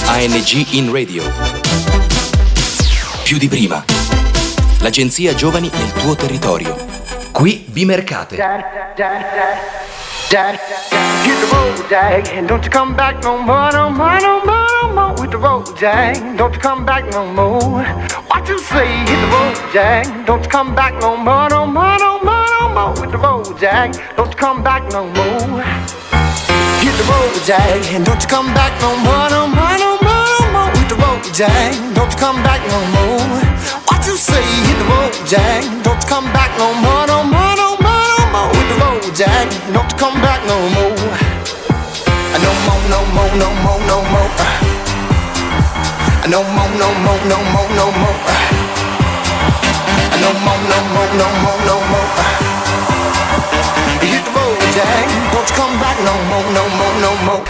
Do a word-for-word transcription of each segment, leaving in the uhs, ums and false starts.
A N G in Radio. Più di prima. L'agenzia giovani nel tuo territorio. Qui Vimercate. Dad, dad, dad, dad, hit the road, Jack, and don't you come back no more, no more, no more, no more. Hit the road, Jack, don't you come back no more. What you say? Hit the road, Jack, don't you come back no more, no more, no more, no more. Hit the road, Jack, don't you come back no more. Hit the road, Jack, and don't you come back no more, no more, no more, no more. Hit the road, Jack, don't you come back no more. What you say? Hit the road, Jack, don't you come back no more, no more, no more, no more. Hit the road, Jack, don't you come back no more. No more, no more, no more, no more. No more, no more, no more, no more. No more, no more, no more, no more. Hit the road, Jack, don't you come back no more, no more, no more.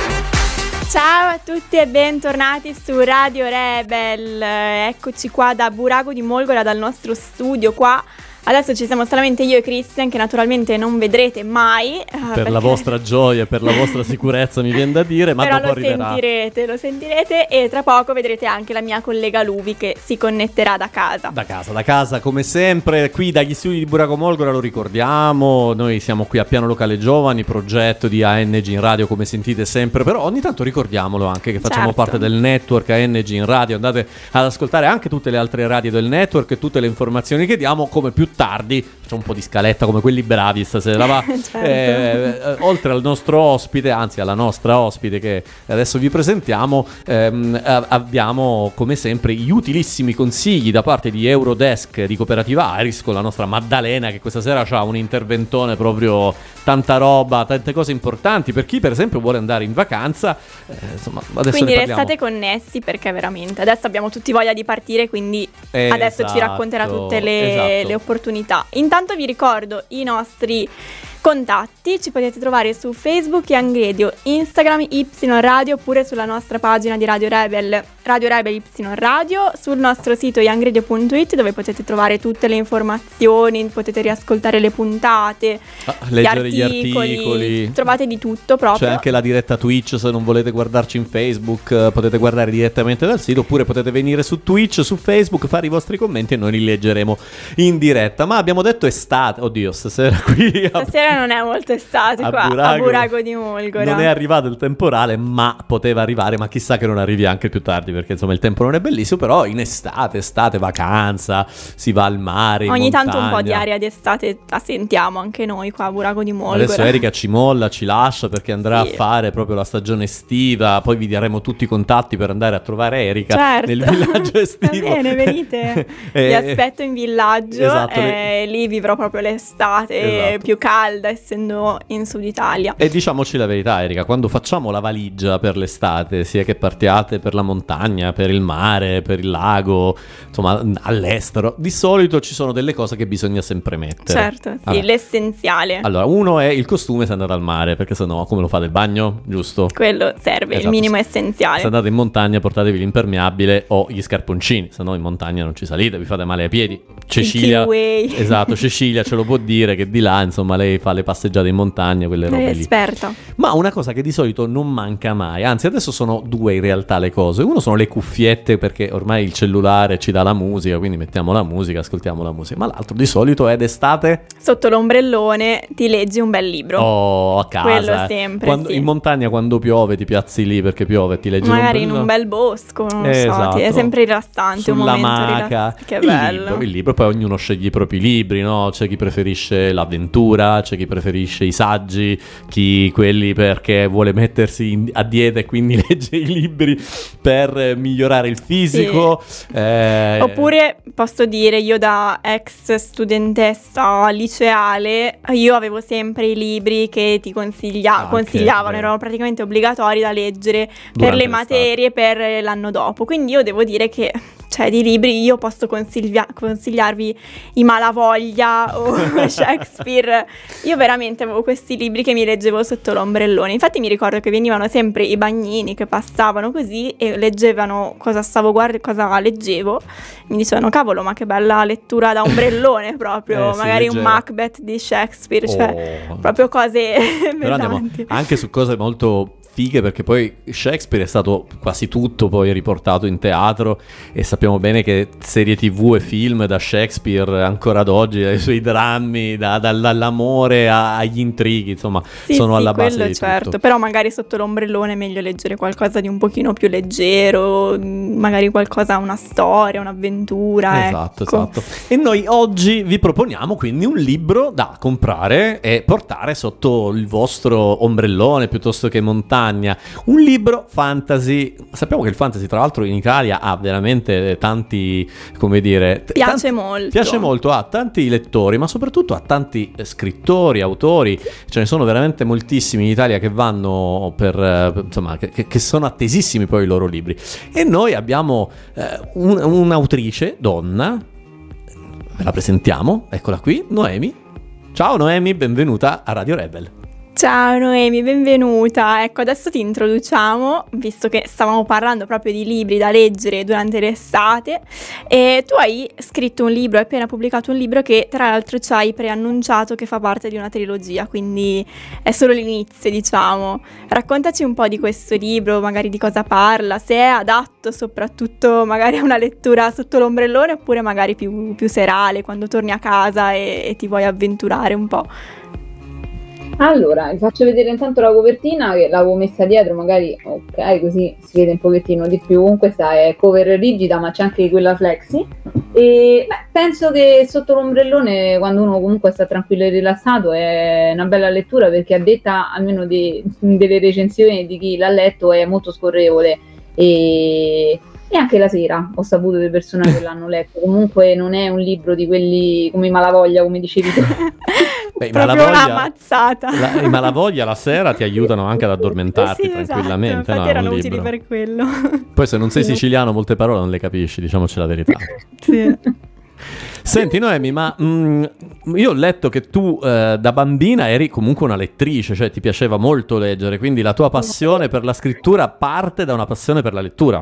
Ciao a tutti e bentornati su Radio Rebel. Eccoci qua da Burago di Molgora, dal nostro studio qua. Adesso ci siamo solamente io e Christian, che naturalmente non vedrete mai. Uh, per perché... la vostra gioia e per la vostra sicurezza mi viene da dire, ma però dopo lo arriverà. sentirete, lo sentirete e tra poco vedrete anche la mia collega Luvi che si connetterà da casa. Da casa, da casa come sempre, qui dagli studi di Burago Molgora, lo ricordiamo, noi siamo qui a Piano Locale Giovani, progetto di A N G in Radio come sentite sempre, però ogni tanto ricordiamolo anche che facciamo certo. parte del network A N G in Radio, andate ad ascoltare anche tutte le altre radio del network e tutte le informazioni che diamo, come più tardi facciamo un po' di scaletta come quelli bravi stasera, va? certo. eh, oltre al nostro ospite, anzi alla nostra ospite che adesso vi presentiamo, ehm, abbiamo come sempre gli utilissimi consigli da parte di Eurodesk di Cooperativa Iris con la nostra Maddalena, che questa sera ha un interventone proprio, tanta roba, tante cose importanti per chi per esempio vuole andare in vacanza, eh, insomma adesso quindi ne parliamo. restate connessi perché veramente adesso abbiamo tutti voglia di partire, quindi esatto, adesso ci racconterà tutte le, esatto. le opportunità. Intanto vi ricordo i nostri contatti, ci potete trovare su Facebook Young Radio, Instagram Y Radio, oppure sulla nostra pagina di Radio Rebel, Radio Rebel Y Radio, sul nostro sito young radio punto it, dove potete trovare tutte le informazioni, potete riascoltare le puntate, ah, gli, leggere articoli, gli articoli, trovate di tutto proprio. C'è anche la diretta Twitch, se non volete guardarci in Facebook eh, potete guardare direttamente dal sito, oppure potete venire su Twitch, su Facebook, fare i vostri commenti e noi li leggeremo in diretta. Ma abbiamo detto estate, oddio stasera qui a... stasera non è molto estate a qua Burago, a Burago di Molgora. Non è arrivato il temporale, ma poteva arrivare, ma chissà che non arrivi anche più tardi, perché insomma il tempo non è bellissimo, però in estate, estate, vacanza, si va al mare, in ogni montagna. tanto un po' di aria d'estate la sentiamo anche noi qua a Burago di Molgora. Adesso Erika ci molla, ci lascia perché andrà sì. a fare proprio la stagione estiva, poi vi daremo tutti i contatti per andare a trovare Erika certo. nel villaggio estivo. Va bene, venite, eh, vi aspetto in villaggio, esatto, e lì vivrò proprio l'estate esatto. più calda, essendo in Sud Italia. E diciamoci la verità, Erika, quando facciamo la valigia per l'estate, sia che partiate per la montagna, per il mare, per il lago, insomma all'estero, di solito ci sono delle cose che bisogna sempre mettere. Certo, sì, allora, l'essenziale. Allora, uno è il costume se andate al mare, perché sennò come lo fate, il bagno, giusto? Quello serve, esatto. il minimo essenziale. Se andate in montagna portatevi l'impermeabile o gli scarponcini, se no in montagna non ci salite, vi fate male ai piedi. Cecilia, esatto, Cecilia ce lo può dire che di là, insomma, lei fa le passeggiate in montagna, quelle robe è lì. esperta. Ma una cosa che di solito non manca mai, anzi adesso sono due in realtà le cose. Uno sono le cuffiette, perché ormai il cellulare ci dà la musica, quindi mettiamo la musica, ascoltiamo la musica. Ma l'altro di solito è d'estate sotto l'ombrellone ti leggi un bel libro. Oh, a casa. Quello eh. sempre, quando, sì. In montagna quando piove ti piazzi lì perché piove e ti leggi magari in l'ombrellone. un bel bosco, non Esatto. so, ti- è sempre rilassante, Sulla un momento maca. rilassante. Che il bello. libro, il libro, poi ognuno sceglie i propri libri, no? C'è chi preferisce l'avventura, c'è chi preferisce i saggi, chi quelli perché vuole mettersi in, a dieta e quindi legge i libri per eh, migliorare il fisico. Sì. Eh, Oppure posso dire, io da ex studentessa liceale, io avevo sempre i libri che ti consiglia- Ah, consigliavano, ok, erano praticamente obbligatori da leggere per Durante le l'estate. materie per l'anno dopo. Quindi io devo dire che cioè, di libri, io posso consiglia- consigliarvi I Malavoglia o Shakespeare. Io veramente avevo questi libri che mi leggevo sotto l'ombrellone. Infatti mi ricordo che venivano sempre i bagnini che passavano così e leggevano cosa stavo guardando, cosa leggevo. Mi dicevano, cavolo, ma che bella lettura da ombrellone proprio, Eh, sì, magari un leggera. Macbeth di Shakespeare, cioè Oh. proprio cose Però andiamo pesanti. anche su cose molto fighe, perché poi Shakespeare è stato quasi tutto poi riportato in teatro e sappiamo bene che serie tv e film da Shakespeare ancora ad oggi, ai suoi drammi, da- dal- dall'amore a- agli intrighi, insomma, Sì, sono sì, alla base quello di certo, tutto. però magari sotto l'ombrellone è meglio leggere qualcosa di un pochino più leggero, mh, magari qualcosa, una storia, un'avventura, Esatto, ecco. esatto. E noi oggi vi proponiamo quindi un libro da comprare e portare sotto il vostro ombrellone piuttosto che montagna. Un libro fantasy. Sappiamo che il fantasy, tra l'altro, in Italia ha veramente tanti, come dire, t- Piace tanti- molto. Piace molto, ha tanti lettori, ma soprattutto ha tanti eh, scrittori, autori. Ce ne sono veramente moltissimi in Italia che vanno per, eh, per- insomma, che, che- che sono attesissimi poi i loro libri. E noi abbiamo eh, un- un'autrice donna, ve la presentiamo, eccola qui, Noemi. Ciao Noemi, benvenuta a Radio Rebel. Ciao Noemi, benvenuta. Ecco, adesso ti introduciamo, visto che stavamo parlando proprio di libri da leggere durante l'estate. E tu hai scritto un libro, hai appena pubblicato un libro che tra l'altro ci hai preannunciato che fa parte di una trilogia, quindi è solo l'inizio, diciamo. Raccontaci un po' di questo libro, magari di cosa parla, se è adatto soprattutto magari a una lettura sotto l'ombrellone oppure magari più, più serale, quando torni a casa e, e ti vuoi avventurare un po'. Allora, vi faccio vedere intanto la copertina che l'avevo messa dietro, magari, ok, così si vede un pochettino di più. Questa è cover rigida, ma c'è anche quella flexi. E beh, penso che sotto l'ombrellone, quando uno comunque sta tranquillo e rilassato, è una bella lettura, perché a detta almeno di, delle recensioni di chi l'ha letto è molto scorrevole. E... E anche la sera ho saputo di persone che l'hanno letto. Comunque non è un libro di quelli come i Malavoglia, come dicevi tu. Beh, i Proprio Malavoglia- una mazzata. La, I Malavoglia la sera ti aiutano anche ad addormentarti Sì, tranquillamente. esatto, no? infatti È un erano utili libro. per quello. Poi se non sei Sì. siciliano molte parole non le capisci, diciamoci la verità. Sì. Senti Noemi, ma mm, io ho letto che tu eh, da bambina eri comunque una lettrice, cioè ti piaceva molto leggere, quindi la tua passione per la scrittura parte da una passione per la lettura.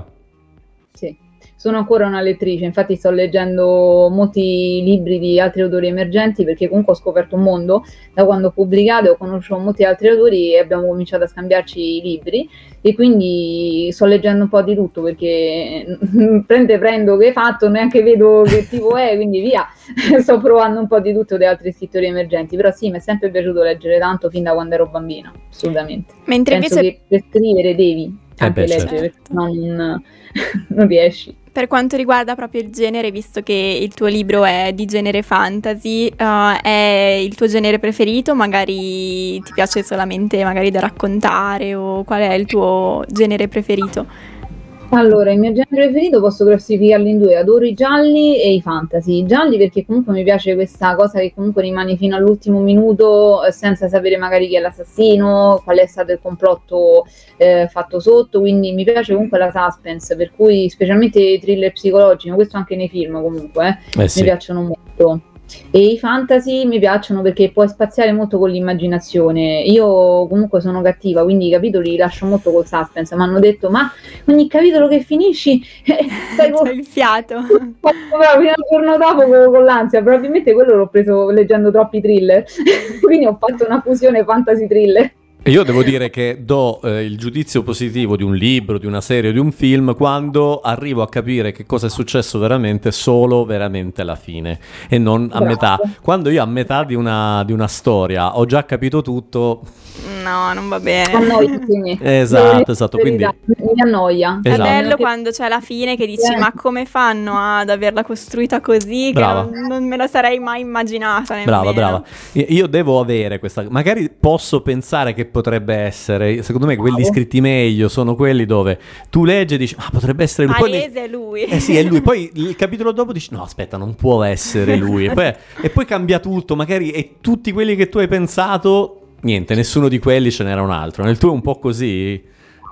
Sì, sono ancora una lettrice, infatti sto leggendo molti libri di altri autori emergenti, perché comunque ho scoperto un mondo da quando ho pubblicato, ho conosciuto molti altri autori e abbiamo cominciato a scambiarci i libri, e quindi sto leggendo un po' di tutto, perché prende prendo che hai fatto, neanche vedo che tipo è, quindi via, sto provando un po' di tutto di altri scrittori emergenti. Però sì, mi è sempre piaciuto leggere tanto fin da quando ero bambina, assolutamente. Mentre Penso invece che per scrivere devi anche beh, leggere, certo. perché sennò non, non riesci. per quanto riguarda proprio il genere, visto che il tuo libro è di genere fantasy, uh, è il tuo genere preferito? Magari ti piace solamente magari da raccontare, o qual è il tuo genere preferito? Allora, il mio genere preferito posso classificarli in due: adoro i gialli e i fantasy. I gialli perché comunque mi piace questa cosa che comunque rimani fino all'ultimo minuto eh, senza sapere magari chi è l'assassino, qual è stato il complotto eh, fatto sotto, quindi mi piace comunque la suspense, per cui specialmente i thriller psicologici, ma questo anche nei film comunque, eh, Eh sì. mi piacciono molto. E i fantasy mi piacciono perché puoi spaziare molto con l'immaginazione. Io comunque sono cattiva, quindi i capitoli li lascio molto col suspense. Mi hanno detto: ma ogni capitolo che finisci eh, stai con C'è il fiato. però fino al giorno dopo con, con l'ansia. Probabilmente quello l'ho preso leggendo troppi thriller. Quindi ho fatto una fusione fantasy thriller. E io devo dire che do eh, il giudizio positivo di un libro, di una serie, di un film quando arrivo a capire che cosa è successo veramente solo veramente alla fine e non a Bravo. metà. Quando io a metà di una, di una storia ho già capito tutto, No, non va bene. Annoia anche me. Esatto, Devo dire esatto, la verità, mi annoia. È Esatto. bello quando c'è la fine che dici: Eh. ma come fanno ad averla costruita così? Che Brava. non, non me la sarei mai immaginata nemmeno. brava, brava. Io io devo avere questa, magari posso pensare che potrebbe essere, secondo me quelli Bravo. scritti meglio sono quelli dove tu leggi e dici ah potrebbe essere lui. Poi ne- Palese è lui. Eh sì, è lui. Poi il capitolo dopo dici: no, aspetta, non può essere lui. E poi, e poi cambia tutto. Magari e tutti quelli che tu hai pensato, niente, nessuno di quelli ce n'era un altro. Nel tuo è un po' così.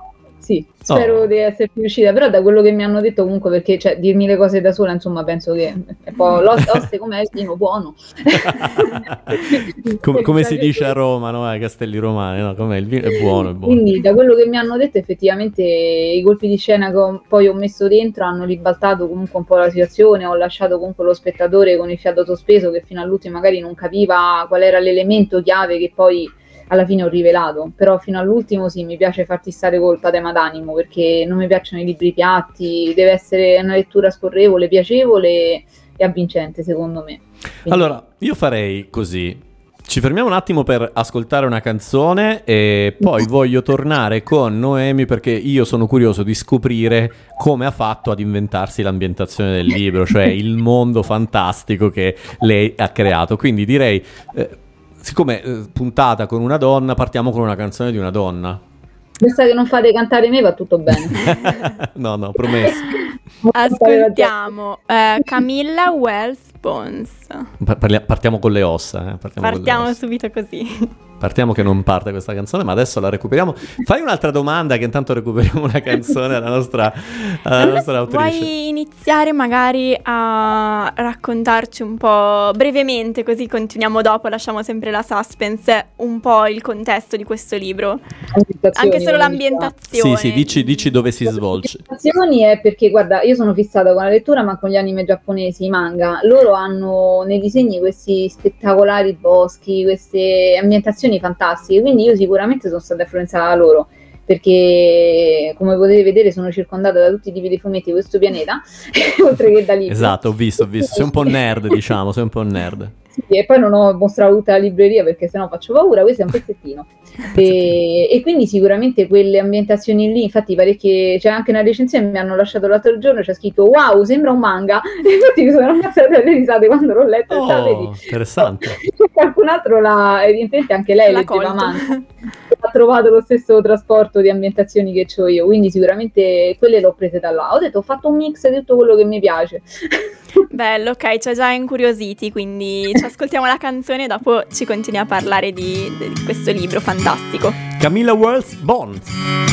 sì, spero Oh. di esserci riuscita, però da quello che mi hanno detto comunque, perché cioè, dirmi le cose da sola, insomma, penso che è poi l'oste com'è il vino buono. come, come si dice a Roma, no? Ai Castelli Romani, no? Com'è? Il vino è buono, è buono. Quindi da quello che mi hanno detto effettivamente i colpi di scena che ho, poi ho messo dentro hanno ribaltato comunque un po' la situazione, ho lasciato comunque lo spettatore con il fiato sospeso che fino all'ultimo magari non capiva qual era l'elemento chiave che poi alla fine ho rivelato, però fino all'ultimo sì, mi piace farti stare col patema d'animo perché non mi piacciono i libri piatti, deve essere una lettura scorrevole, piacevole e avvincente secondo me. Quindi... Allora, io farei così. Ci fermiamo un attimo per ascoltare una canzone e poi voglio tornare con Noemi perché io sono curioso di scoprire come ha fatto ad inventarsi l'ambientazione del libro, cioè il mondo fantastico che lei ha creato. Quindi direi, eh, siccome eh, puntata con una donna, partiamo con una canzone di una donna. Questa che non fate cantare me va tutto bene. No, no, promesso. Ascoltiamo eh, Camilla Wells Bones. Pa- parlia- partiamo con le ossa. Eh? Partiamo, con le Partiamo ossa. subito così. Partiamo che non parte questa canzone, ma adesso la recuperiamo. Fai un'altra domanda che intanto recuperiamo una canzone alla nostra, alla nostra autrice. Vuoi iniziare magari a raccontarci un po' brevemente, così continuiamo dopo, lasciamo sempre la suspense, un po' il contesto di questo libro? Anche solo l'ambientazione. Sì, sì, dici, dici dove si svolge. L'ambientazione è perché, guarda, io sono fissata con la lettura, ma con gli anime giapponesi, i manga. Loro hanno nei disegni questi spettacolari boschi, queste ambientazioni fantastiche, quindi io sicuramente sono stata influenzata da loro, perché come potete vedere sono circondata da tutti i tipi di fumetti di questo pianeta, oltre che da libri. Esatto, ho visto, ho visto. Sei un po' nerd, diciamo, sei un po' nerd. Sì, e poi non ho mostrato tutta la libreria perché sennò faccio paura, questo è un pezzettino. e, e quindi sicuramente quelle ambientazioni lì, infatti parecchie, c'è anche una recensione che mi hanno lasciato l'altro giorno, c'è scritto wow, sembra un manga, e infatti mi sono ammazzata dalle risate quando l'ho letto. Oh, cioè, vedi, interessante. qualcun altro l'ha, evidentemente anche lei L'ha leggeva colto. manga, ha trovato lo stesso trasporto di ambientazioni che ho io, quindi sicuramente quelle l'ho prese da là. Ho detto, ho fatto un mix di tutto quello che mi piace. Bello, ok, ci ha già incuriositi, quindi ci ascoltiamo la canzone e dopo ci continui a parlare di, di questo libro fantastico. Camilla Wells Bones.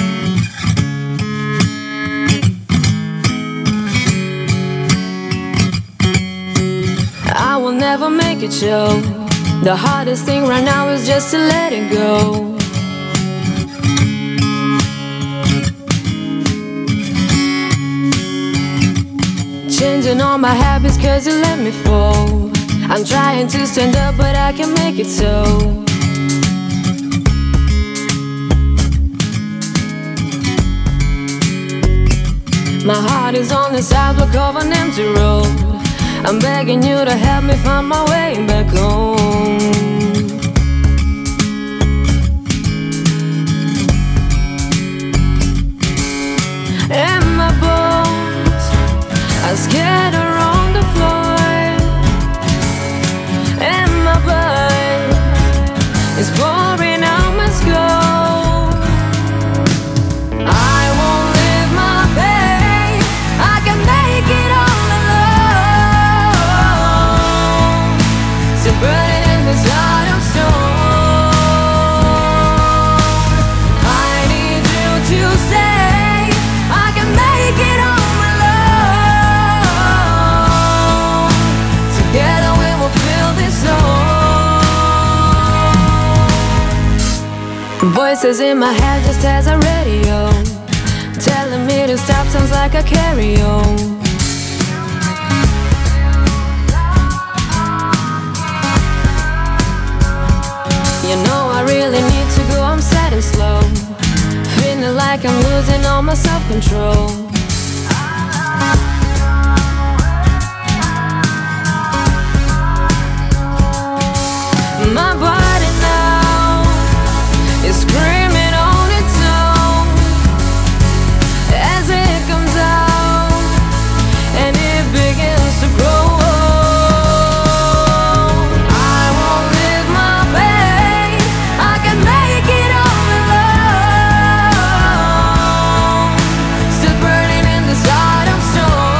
I will never make it show. The hardest thing right now is just to let it go. Changing all my habits cause you let me fall. I'm trying to stand up but I can't make it so. My heart is on the sidewalk of an empty road. I'm begging you to help me find my way back home. And my bones are scattered on the floor, and my blood is pouring out my skull. I won't live my pain, I can make it all alone. So burning in this heart of stone, I need you to say I can make it on my own. Together we will fill this hole. Voices in my head just as a radio, telling me to stop, sounds like a carry on. You know I really need to go, I'm sad and slow, feeling like I'm losing all my self-control. My body now is screaming on its own as it comes out and it begins to grow. I won't live my pain, I can make it all alone. Still burning in this heart of stone.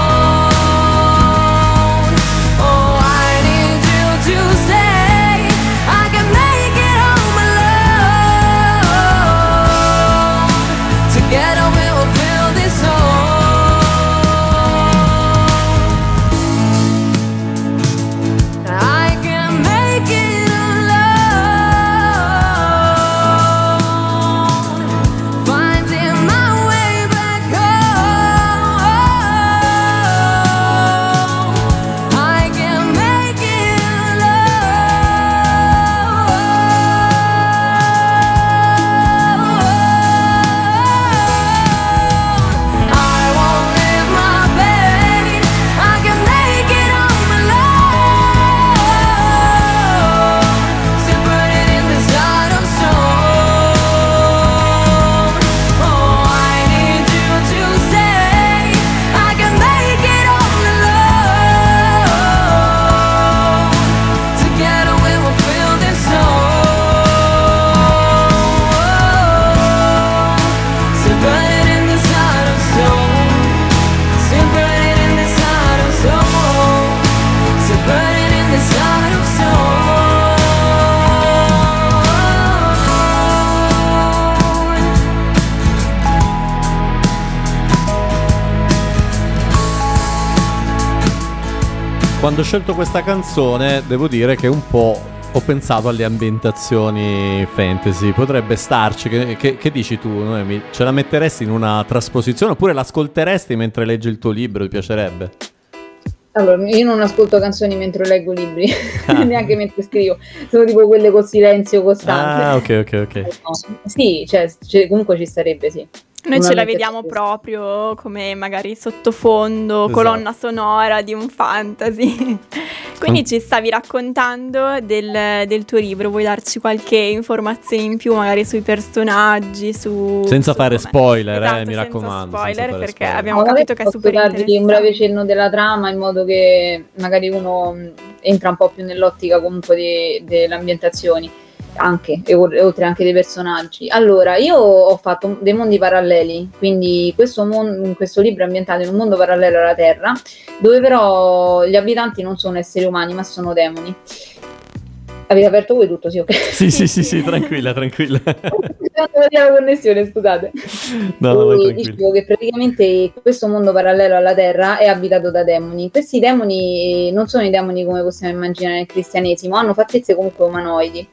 quando ho scelto questa canzone devo dire che un po' ho pensato alle ambientazioni fantasy. Potrebbe starci, che, che, che dici tu, Noemi? Ce la metteresti in una trasposizione oppure l'ascolteresti mentre leggi il tuo libro? Ti piacerebbe? Allora, io non ascolto canzoni mentre leggo libri, ah. neanche mentre scrivo, sono tipo quelle col silenzio costante. Ah, ok, ok, ok. No. Sì, cioè, cioè, comunque ci starebbe, sì. Noi ce la vediamo proprio come magari sottofondo, esatto. colonna sonora di un fantasy. Quindi mm. ci stavi raccontando del, del tuo libro, vuoi darci qualche informazione in più magari sui personaggi? Su, senza su fare come... spoiler, esatto, eh, mi raccomando. Spoiler perché spoiler. abbiamo Ma capito che è super interessante. Posso darvi un breve cenno della trama in modo che magari uno entra un po' più nell'ottica comunque de, delle ambientazioni. Anche, e oltre anche dei personaggi. Allora, io ho fatto dei mondi paralleli, quindi questo, mon- questo libro è ambientato in un mondo parallelo alla Terra, dove però gli abitanti non sono esseri umani, ma sono demoni. Avete aperto voi tutto? Sì, ok. Sì, sì, sì, sì, tranquilla, tranquilla. La connessione, scusate. No, no, e dicevo che praticamente questo mondo parallelo alla Terra è abitato da demoni. Questi demoni non sono i demoni come possiamo immaginare nel cristianesimo, hanno fattezze comunque umanoidi.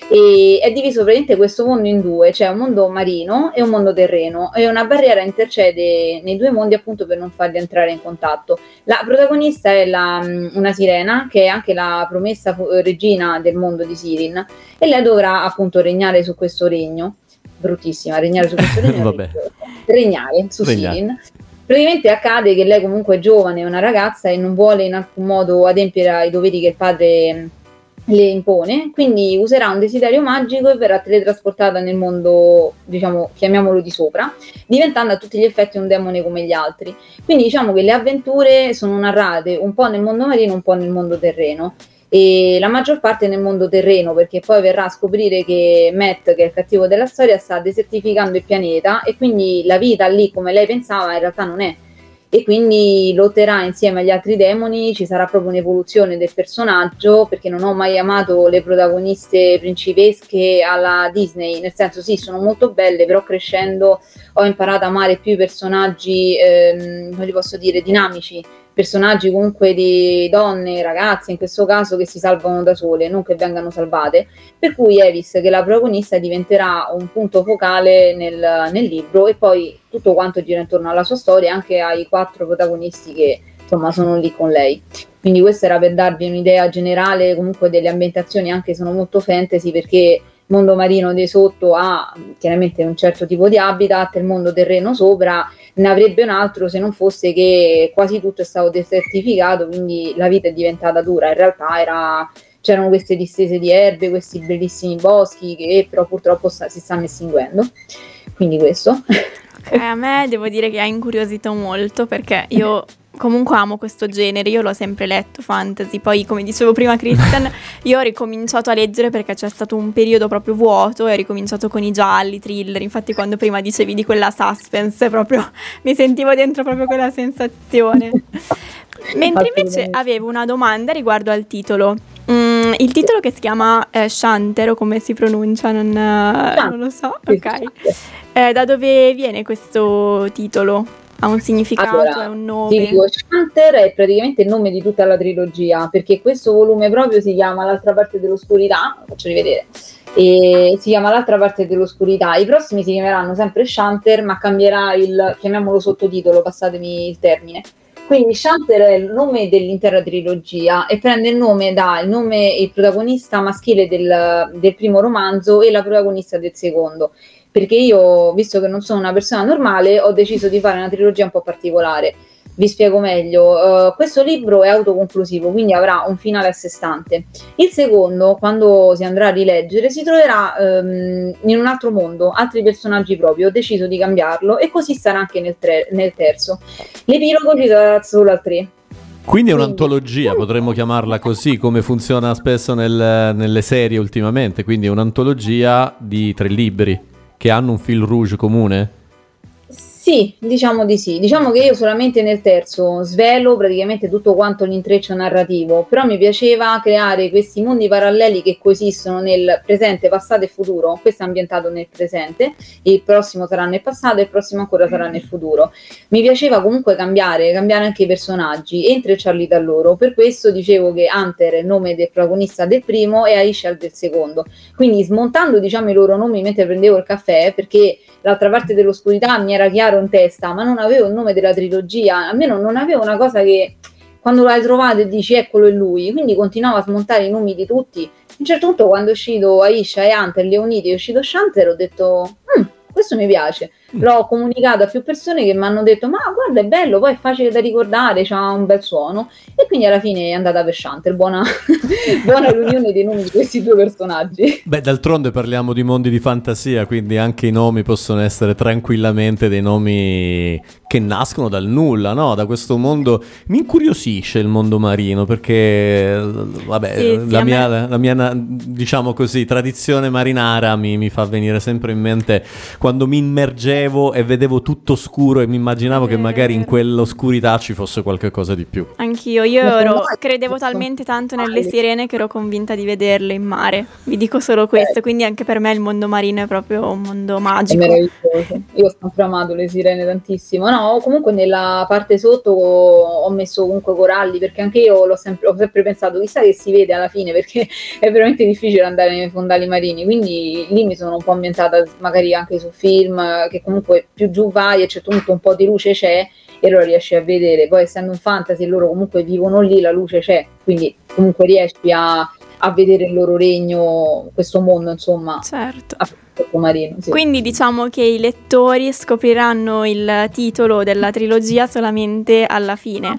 E è diviso praticamente questo mondo in due, c'è un mondo marino e un mondo terreno, e una barriera intercede nei due mondi appunto per non farli entrare in contatto. La protagonista è la, una sirena, che è anche la promessa regina del mondo di Sirin, e lei dovrà appunto regnare su questo regno. Bruttissima, regnare su questo regno. Vabbè. Regnare su regnare. Sirin. Praticamente accade che lei comunque è giovane, è una ragazza e non vuole in alcun modo adempiere ai doveri che il padre le impone, quindi userà un desiderio magico e verrà teletrasportata nel mondo, diciamo, chiamiamolo di sopra, diventando a tutti gli effetti un demone come gli altri. Quindi diciamo che le avventure sono narrate un po' nel mondo marino, un po' nel mondo terreno, e la maggior parte nel mondo terreno, perché poi verrà a scoprire che Matt, che è il cattivo della storia, sta desertificando il pianeta, e quindi la vita lì come lei pensava in realtà non è, e quindi lotterà insieme agli altri demoni. Ci sarà proprio un'evoluzione del personaggio, perché non ho mai amato le protagoniste principesche alla Disney, nel senso sì, sono molto belle, però crescendo ho imparato a amare più i personaggi, ehm, come li posso dire, dinamici, personaggi comunque di donne, ragazze in questo caso, che si salvano da sole, non che vengano salvate, per cui Evis, che è la protagonista, diventerà un punto focale nel, nel libro, e poi tutto quanto gira intorno alla sua storia, anche ai quattro protagonisti che insomma sono lì con lei. Quindi questo era per darvi un'idea generale comunque delle ambientazioni, anche sono molto fantasy, perché il mondo marino di sotto ha chiaramente un certo tipo di habitat, il mondo terreno sopra ne avrebbe un altro, se non fosse che quasi tutto è stato desertificato, quindi la vita è diventata dura. In realtà era, c'erano queste distese di erbe, questi bellissimi boschi che però purtroppo sta, si stanno estinguendo. Quindi questo. Okay, a me devo dire che ha incuriosito molto, perché io comunque amo questo genere, io l'ho sempre letto fantasy, poi come dicevo prima Christian, io ho ricominciato a leggere perché c'è stato un periodo proprio vuoto e ho ricominciato con i gialli, thriller, infatti quando prima dicevi di quella suspense proprio mi sentivo dentro proprio quella sensazione. Mentre invece avevo una domanda riguardo al titolo. Mm, il titolo che si chiama eh, Shanter, o come si pronuncia, non, eh, non lo so, ok. Eh, da dove viene questo titolo? Ha un significato, allora, è un nome? Ti dico, Shanter è praticamente il nome di tutta la trilogia, perché questo volume proprio si chiama L'altra parte dell'oscurità, lo faccio rivedere, e si chiama L'altra parte dell'oscurità. I prossimi si chiameranno sempre Shanter, ma cambierà il, chiamiamolo sottotitolo, passatemi il termine. Quindi Shanter è il nome dell'intera trilogia e prende il nome da il nome, il protagonista maschile del, del primo romanzo e la protagonista del secondo. Perché io, visto che non sono una persona normale, ho deciso di fare una trilogia un po' particolare. Vi spiego meglio. Uh, questo libro è autoconclusivo, quindi avrà un finale a sé stante. Il secondo, quando si andrà a rileggere, si troverà um, in un altro mondo, altri personaggi propri. Ho deciso di cambiarlo e così sarà anche nel, tre, nel terzo. L'epilogo ci sarà solo al tre. Quindi è un'antologia, potremmo chiamarla così, come funziona spesso nel, nelle serie ultimamente. Quindi è un'antologia di tre libri che hanno un fil rouge comune? Sì, Sì, diciamo di sì. Diciamo che io solamente nel terzo svelo praticamente tutto quanto l'intreccio narrativo, però mi piaceva creare questi mondi paralleli che coesistono nel presente, passato e futuro. Questo è ambientato nel presente, il prossimo sarà nel passato e il prossimo ancora sarà nel futuro. Mi piaceva comunque cambiare, cambiare anche i personaggi e intrecciarli da loro. Per questo dicevo che Hunter è il nome del protagonista del primo e Aisha del secondo. Quindi smontando, diciamo, i loro nomi mentre prendevo il caffè, perché l'altra parte dell'oscurità mi era chiaro in testa, ma non avevo il nome della trilogia, almeno non avevo una cosa che quando l'hai trovato e dici eccolo è lui, quindi continuavo a smontare i nomi di tutti. A un certo punto, quando è uscito Aisha e Hunter, li ho uniti, è uscito Shanter, ho detto "Mm, questo mi piace". L'ho comunicato a più persone che mi hanno detto ma guarda è bello, poi è facile da ricordare, c'ha un bel suono, e quindi alla fine è andata per Shanter. Buona, buona riunione dei nomi di questi due personaggi. Beh, d'altronde parliamo di mondi di fantasia, quindi anche i nomi possono essere tranquillamente dei nomi che nascono dal nulla, no? Da questo mondo. Mi incuriosisce il mondo marino perché, vabbè, Sì, sì, la, a mia, me- la mia, diciamo così, tradizione marinara mi, mi fa venire sempre in mente quando mi immergevo e vedevo tutto scuro e mi immaginavo È che magari in vero. quell'oscurità ci fosse qualche cosa di più. Anch'io, io Ma ero, no, credevo sono- talmente tanto nelle sirene che ero convinta di vederle in mare. Vi dico solo questo, quindi anche per me il mondo marino è proprio un mondo È magico. meraviglioso. Io ho sempre amato le sirene tantissimo. No, comunque nella parte sotto ho messo comunque coralli, perché anche io l'ho sempre, ho sempre pensato, chissà che si vede alla fine, perché è veramente difficile andare nei fondali marini. Quindi lì mi sono un po' ambientata magari anche su film, che comunque più giù vai e a un certo punto un po' di luce c'è e allora riesci a vedere. Poi essendo un fantasy loro comunque vivono lì, la luce c'è, quindi comunque riesci a, a vedere il loro regno, questo mondo insomma Certo. a sottomarino. Sì. Quindi diciamo che i lettori scopriranno il titolo della trilogia solamente alla fine.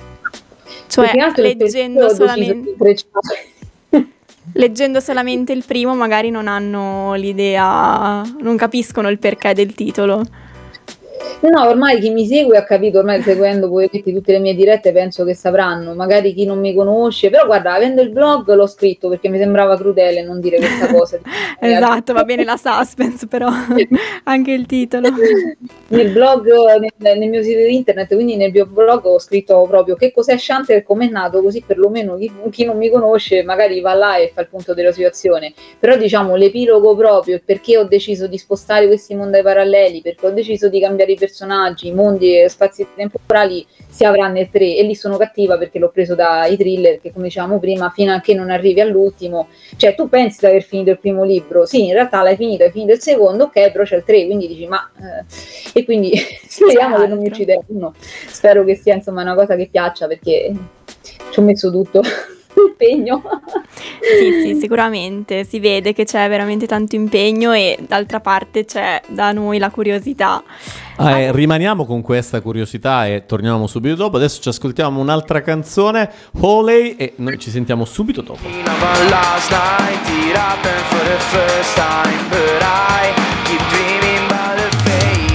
Cioè, Più che altro perché leggendo ho deciso solamente... di intrecciare. Leggendo solamente il primo magari non hanno l'idea, non capiscono il perché del titolo. No, ormai chi mi segue ha capito, ormai seguendo poveretti tutte le mie dirette penso che sapranno, magari chi non mi conosce, però guarda, avendo il blog l'ho scritto perché mi sembrava crudele non dire questa cosa. Esatto, va bene la suspense, però anche il titolo. Nel blog, nel, nel mio sito internet, quindi nel mio blog ho scritto proprio che cos'è Shanter e com'è nato, così perlomeno chi, chi non mi conosce magari va là e fa il punto della situazione. Però diciamo l'epilogo proprio, perché ho deciso di spostare questi mondi paralleli, perché ho deciso di cambiare i personaggi, i mondi e spazi temporali, si avrà nel tre, e lì sono cattiva perché l'ho preso dai thriller che, come dicevamo prima, fino a che non arrivi all'ultimo, cioè tu pensi di aver finito il primo libro, sì, in realtà l'hai finito, hai finito il secondo, ok, però c'è il tre, quindi dici ma eh, e quindi speriamo che non mi uccideranno. Spero che sia insomma una cosa che piaccia, perché ci ho messo tutto impegno. Sì, sì, sicuramente si vede che c'è veramente tanto impegno e d'altra parte c'è da noi la curiosità. Ah, eh, rimaniamo con questa curiosità e torniamo subito dopo. Adesso ci ascoltiamo un'altra canzone, Holy, e noi ci sentiamo subito dopo. Of our last night, it happened for the first time, but I keep dreaming about the fate.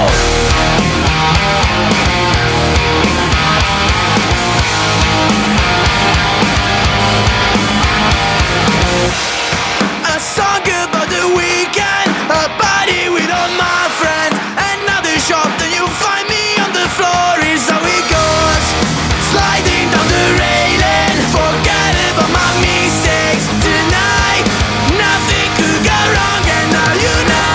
A song about the weekend, a party with all my friends, another shop, then you find me on the floor. Is how it goes, sliding down the railing, forget about my mistakes tonight. Nothing could go wrong, and now you know.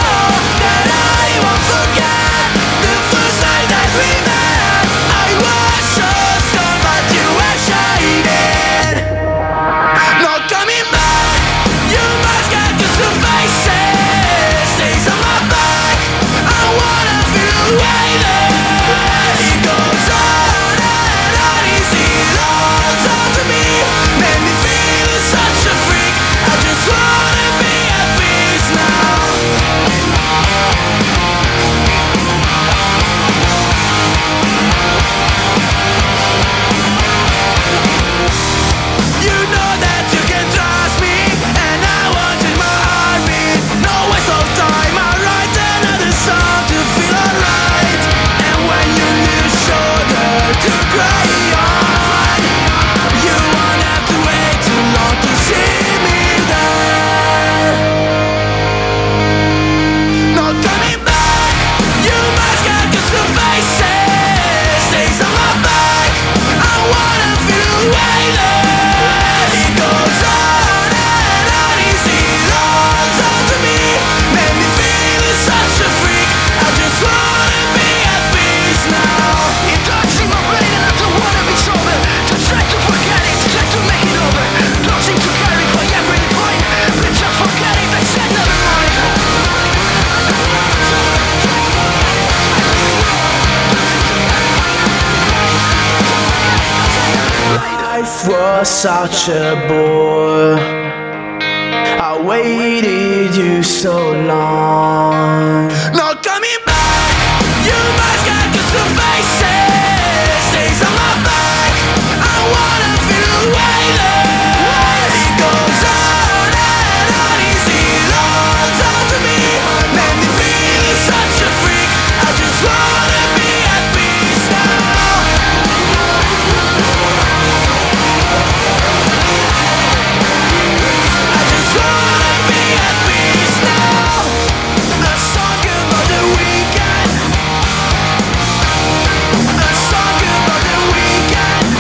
You're such a bore. I waited you so long. Not coming back. You must get used to faces. Stays on my back. I wanna feel the way that it goes on and on. Is it all down to me? Made me feel such a freak. I just wanna be at peace now. I just wanna be at peace now. A song about the weekend. A song about the weekend.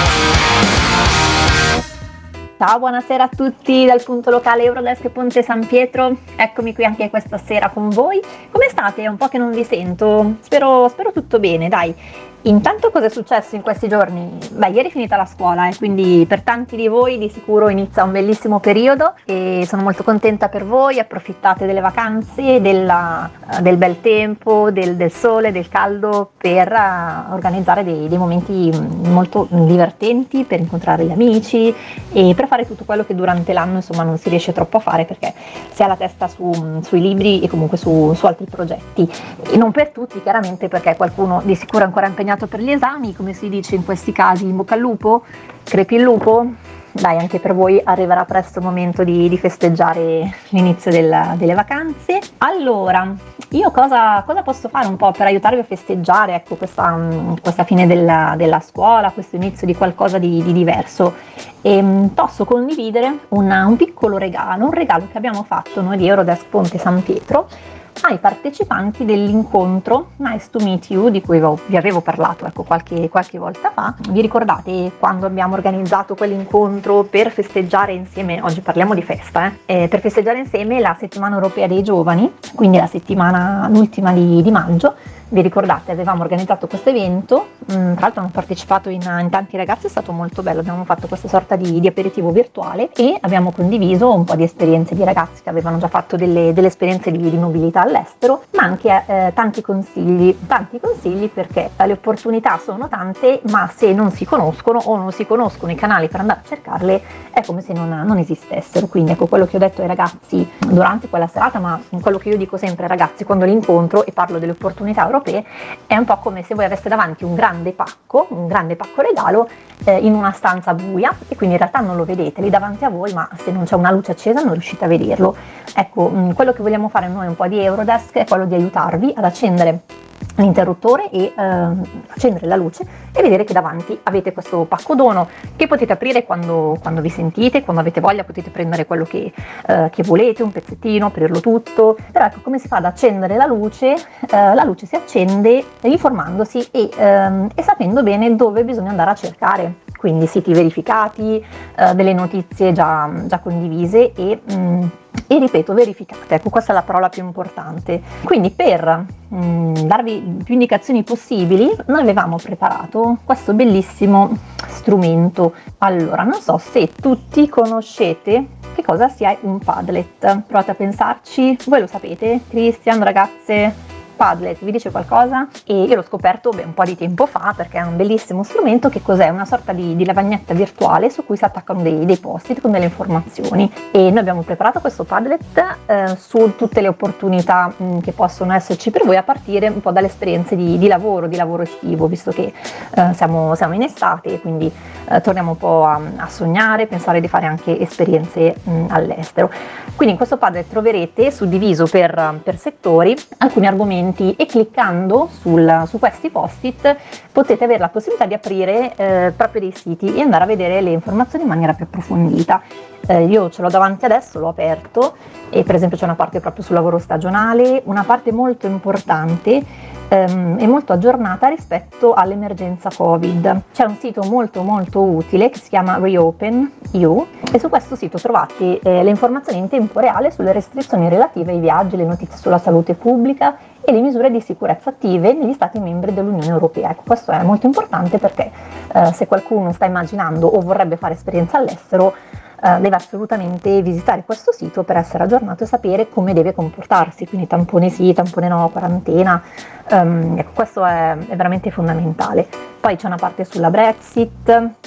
Ciao, buonasera a tutti dal punto locale Eurodesk Ponte San Pietro. Eccomi qui anche questa sera con voi. Come state? È un po' che non vi sento. Spero, spero tutto bene, dai. Intanto cosa è successo in questi giorni? Beh, ieri è finita la scuola e quindi per tanti di voi di sicuro inizia un bellissimo periodo e sono molto contenta per voi, approfittate delle vacanze, della, del bel tempo, del, del sole, del caldo per uh, organizzare dei, dei momenti molto divertenti, per incontrare gli amici e per fare tutto quello che durante l'anno insomma non si riesce troppo a fare perché si ha la testa su, sui libri e comunque su, su altri progetti. E non per tutti chiaramente perché qualcuno di sicuro è ancora impegnato per gli esami, come si dice in questi casi, in bocca al lupo, crepi il lupo. Dai, anche per voi arriverà presto il momento di, di festeggiare l'inizio del, delle vacanze. Allora, io cosa, cosa posso fare un po' per aiutarvi a festeggiare ecco, questa, questa fine della, della scuola, questo inizio di qualcosa di, di diverso? E, posso condividere una, un piccolo regalo, un regalo che abbiamo fatto noi di Eurodesk Ponte San Pietro ai partecipanti dell'incontro Nice to Meet You di cui vi avevo parlato ecco, qualche, qualche volta fa. Vi ricordate quando abbiamo organizzato quell'incontro per festeggiare insieme, oggi parliamo di festa, eh, eh, per festeggiare insieme la settimana europea dei giovani, quindi la settimana, l'ultima di, di maggio. Vi ricordate, avevamo organizzato questo evento, mm, tra l'altro hanno partecipato in, in tanti ragazzi, è stato molto bello, abbiamo fatto questa sorta di, di aperitivo virtuale e abbiamo condiviso un po' di esperienze di ragazzi che avevano già fatto delle, delle esperienze di, di mobilità all'estero, ma anche eh, tanti consigli, tanti consigli perché le opportunità sono tante, ma se non si conoscono o non si conoscono i canali per andare a cercarle è come se non, non esistessero. Quindi ecco quello che ho detto ai ragazzi durante quella serata, ma quello che io dico sempre ai ragazzi quando li incontro e parlo delle opportunità europee, è un po' come se voi aveste davanti un grande pacco, un grande pacco regalo eh, in una stanza buia e quindi in realtà non lo vedete lì davanti a voi, ma se non c'è una luce accesa non riuscite a vederlo. Ecco, mh, quello che vogliamo fare noi un po' di Eurodesk è quello di aiutarvi ad accendere l'interruttore e eh, accendere la luce e vedere che davanti avete questo pacco dono che potete aprire quando, quando vi sentite, quando avete voglia potete prendere quello che, eh, che volete, un pezzettino, aprirlo tutto. Però ecco come si fa ad accendere la luce? Eh, la luce si accende informandosi e, ehm, e sapendo bene dove bisogna andare a cercare, quindi siti verificati, eh, delle notizie già, già condivise e mh, e ripeto verificate, ecco questa è la parola più importante. Quindi per mh, darvi più indicazioni possibili noi avevamo preparato questo bellissimo strumento. Allora non so se tutti conoscete che cosa sia un Padlet, provate a pensarci, voi lo sapete? Christian, ragazze? Padlet vi dice qualcosa? E io l'ho scoperto beh, un po' di tempo fa perché è un bellissimo strumento. Che cos'è? Una sorta di, di lavagnetta virtuale su cui si attaccano dei, dei post-it con delle informazioni e noi abbiamo preparato questo Padlet eh, su tutte le opportunità mh, che possono esserci per voi a partire un po' dalle esperienze di, di lavoro, di lavoro estivo, visto che eh, siamo, siamo in estate e quindi eh, torniamo un po' a, a sognare, pensare di fare anche esperienze mh, all'estero. Quindi in questo Padlet troverete suddiviso per, per settori alcuni argomenti e cliccando sul, su questi post-it potete avere la possibilità di aprire eh, proprio dei siti e andare a vedere le informazioni in maniera più approfondita. Eh, io ce l'ho davanti adesso, l'ho aperto e per esempio c'è una parte proprio sul lavoro stagionale, una parte molto importante ehm, e molto aggiornata rispetto all'emergenza Covid. C'è un sito molto molto utile che si chiama Reopen punto e u e su questo sito trovate eh, le informazioni in tempo reale sulle restrizioni relative ai viaggi, le notizie sulla salute pubblica e le misure di sicurezza attive negli Stati membri dell'Unione Europea. Ecco, questo è molto importante perché eh, se qualcuno sta immaginando o vorrebbe fare esperienza all'estero eh, deve assolutamente visitare questo sito per essere aggiornato e sapere come deve comportarsi, quindi tampone sì, tampone no, quarantena, um, ecco, questo è, è veramente fondamentale. Poi c'è una parte sulla Brexit,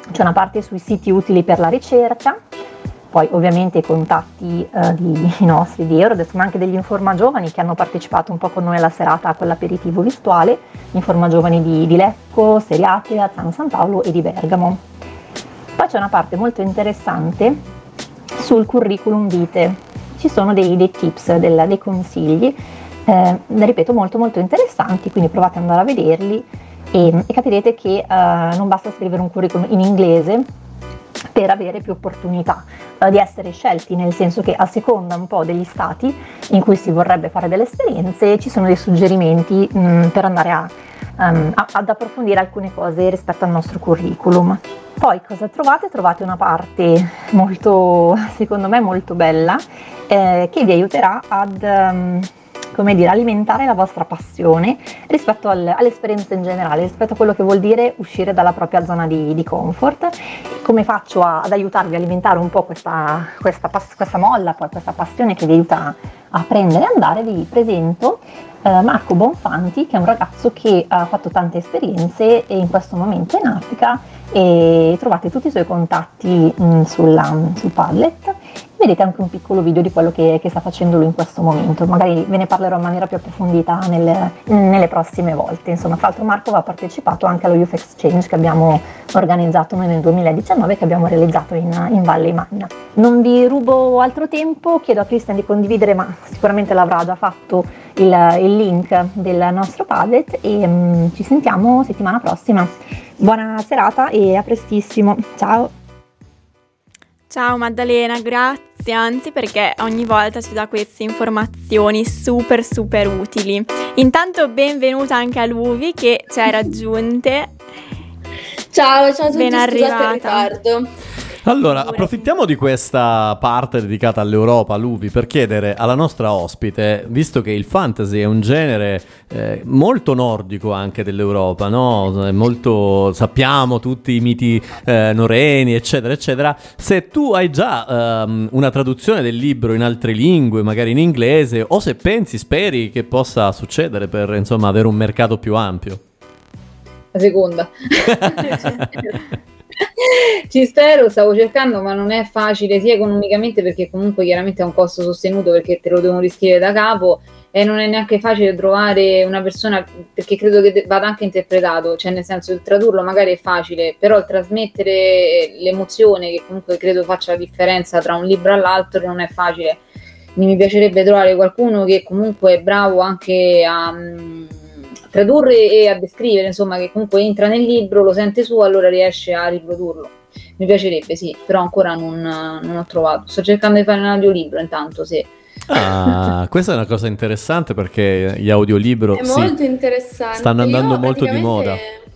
c'è una parte sui siti utili per la ricerca, poi ovviamente i contatti eh, di, i nostri di Eurodesk, ma anche degli Informa Giovani che hanno partecipato un po' con noi alla serata con l'aperitivo virtuale, Informa Giovani di, di Lecco, Seriate, Azzano San Paolo e di Bergamo. Poi c'è una parte molto interessante sul curriculum vitae, ci sono dei, dei tips, del, dei consigli, eh, ripeto molto molto interessanti, quindi provate ad andare a vederli e, e capirete che eh, non basta scrivere un curriculum in inglese per avere più opportunità uh, di essere scelti, nel senso che a seconda un po' degli stati in cui si vorrebbe fare delle esperienze ci sono dei suggerimenti mh, per andare a, um, a, ad approfondire alcune cose rispetto al nostro curriculum. Poi cosa trovate? Trovate una parte molto, secondo me molto bella, eh, che vi aiuterà ad um, come dire, alimentare la vostra passione rispetto al, all'esperienza in generale, rispetto a quello che vuol dire uscire dalla propria zona di, di comfort. Come faccio a, ad aiutarvi a alimentare un po' questa, questa, questa molla, poi questa passione che vi aiuta a prendere e andare? Vi presento eh, Marco Bonfanti, che è un ragazzo che ha fatto tante esperienze e in questo momento è in Africa, e trovate tutti i suoi contatti mh, sulla, sul Padlet. Vedete anche un piccolo video di quello che, che sta facendo lui in questo momento, magari ve ne parlerò in maniera più approfondita nelle, nelle prossime volte. Insomma, tra l'altro Marco ha partecipato anche allo Youth Exchange che abbiamo organizzato noi nel duemiladiciannove, che abbiamo realizzato in, in Valle Magna. Non vi rubo altro tempo, chiedo a Christian di condividere, ma sicuramente l'avrà già fatto, il, il link del nostro Padlet e um, ci sentiamo settimana prossima. Buona serata e a prestissimo, ciao! Ciao Maddalena, grazie, anzi perché ogni volta ci dà queste informazioni super super utili. Intanto benvenuta anche a Luvi che ci hai raggiunte. Ciao, ciao a tutti, Ben scusate il arrivata. ritardo. Allora, approfittiamo di questa parte dedicata all'Europa, Luvi, per chiedere alla nostra ospite, visto che il fantasy è un genere eh, molto nordico anche dell'Europa, no? È molto, sappiamo tutti i miti eh, norreni, eccetera, eccetera. Se tu hai già ehm, una traduzione del libro in altre lingue, magari in inglese, o se pensi, speri che possa succedere per, insomma, avere un mercato più ampio. La seconda. Ci spero, stavo cercando, ma non è facile sia economicamente, perché comunque chiaramente è un costo sostenuto, perché te lo devono riscrivere da capo, e non è neanche facile trovare una persona, perché credo che vada anche interpretato, cioè nel senso, il tradurlo magari è facile, però il trasmettere l'emozione, che comunque credo faccia la differenza tra un libro all'altro, non è facile. Mi piacerebbe trovare qualcuno che comunque è bravo anche a tradurre e a descrivere, insomma, che comunque entra nel libro, lo sente suo, allora riesce a riprodurlo. Mi piacerebbe, sì, però ancora non, non ho trovato. Sto cercando di fare un audiolibro intanto, sì. Ah, questa è una cosa interessante, perché gli audiolibro È sì, molto interessante. stanno andando Io molto di moda.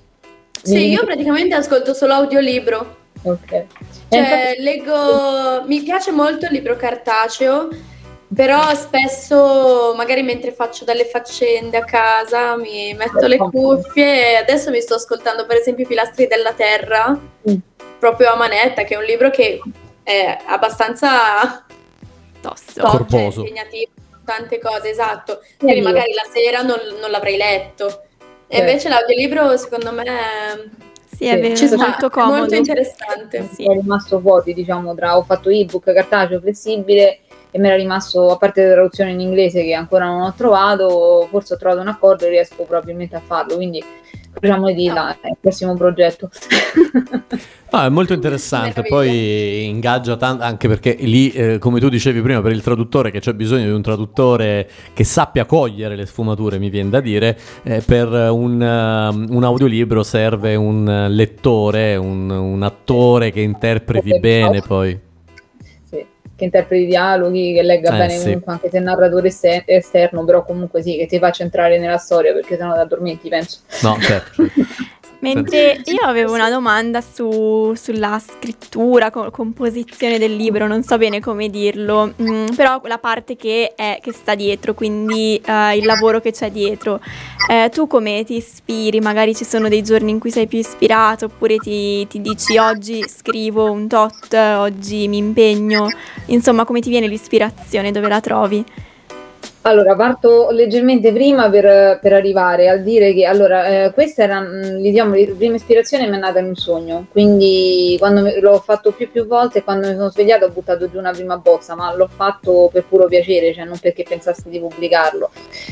Sì, io praticamente ascolto solo audiolibro. Ok. Cioè, leggo... Mi piace molto il libro cartaceo, però spesso, magari mentre faccio delle faccende a casa, mi metto le cuffie e adesso mi sto ascoltando per esempio I pilastri della terra, Mm. proprio a manetta, che è un libro che è abbastanza Tosto. tosto, Corposo. impegnativo, tante cose, esatto. Quindi io. magari la sera non, non l'avrei letto. E Certo. invece l'audiolibro, secondo me, Sì, è Sì, vero, ci è sta, molto è comodo. molto interessante. Sì. È rimasto fuori, diciamo, tra ho fatto ebook, cartaceo, flessibile, e mi era rimasto, a parte la traduzione in inglese che ancora non ho trovato, forse ho trovato un accordo e riesco probabilmente a farlo, quindi facciamo di là, è il prossimo progetto. Ah, è molto interessante, Meraviglia. poi ingaggia tanto, anche perché lì, eh, come tu dicevi prima, per il traduttore, che c'è bisogno di un traduttore che sappia cogliere le sfumature, mi viene da dire, eh, per un, um, un audiolibro serve un lettore, un, un attore che interpreti bene poi. Sì, che interpreti i dialoghi, che legga Eh, bene sì. comunque, anche se il narratore est- esterno, però comunque sì, che ti faccia entrare nella storia, perché sennò ti addormenti, penso. No, certo. Mentre io avevo una domanda su, sulla scrittura, co- composizione del libro, non so bene come dirlo, mm, però la parte che, è, che sta dietro, quindi eh, il lavoro che c'è dietro. Eh, tu come ti ispiri? Magari ci sono dei giorni in cui sei più ispirato, oppure ti, ti dici oggi scrivo un tot, oggi mi impegno, insomma come ti viene l'ispirazione, dove la trovi? Allora, parto leggermente prima per, per arrivare al dire che, allora, eh, questa era, mh, diciamo, la prima ispirazione mi è nata in un sogno, quindi quando mi- l'ho fatto più più volte e quando mi sono svegliata ho buttato giù una prima bozza, ma l'ho fatto per puro piacere, cioè non perché pensassi di pubblicarlo.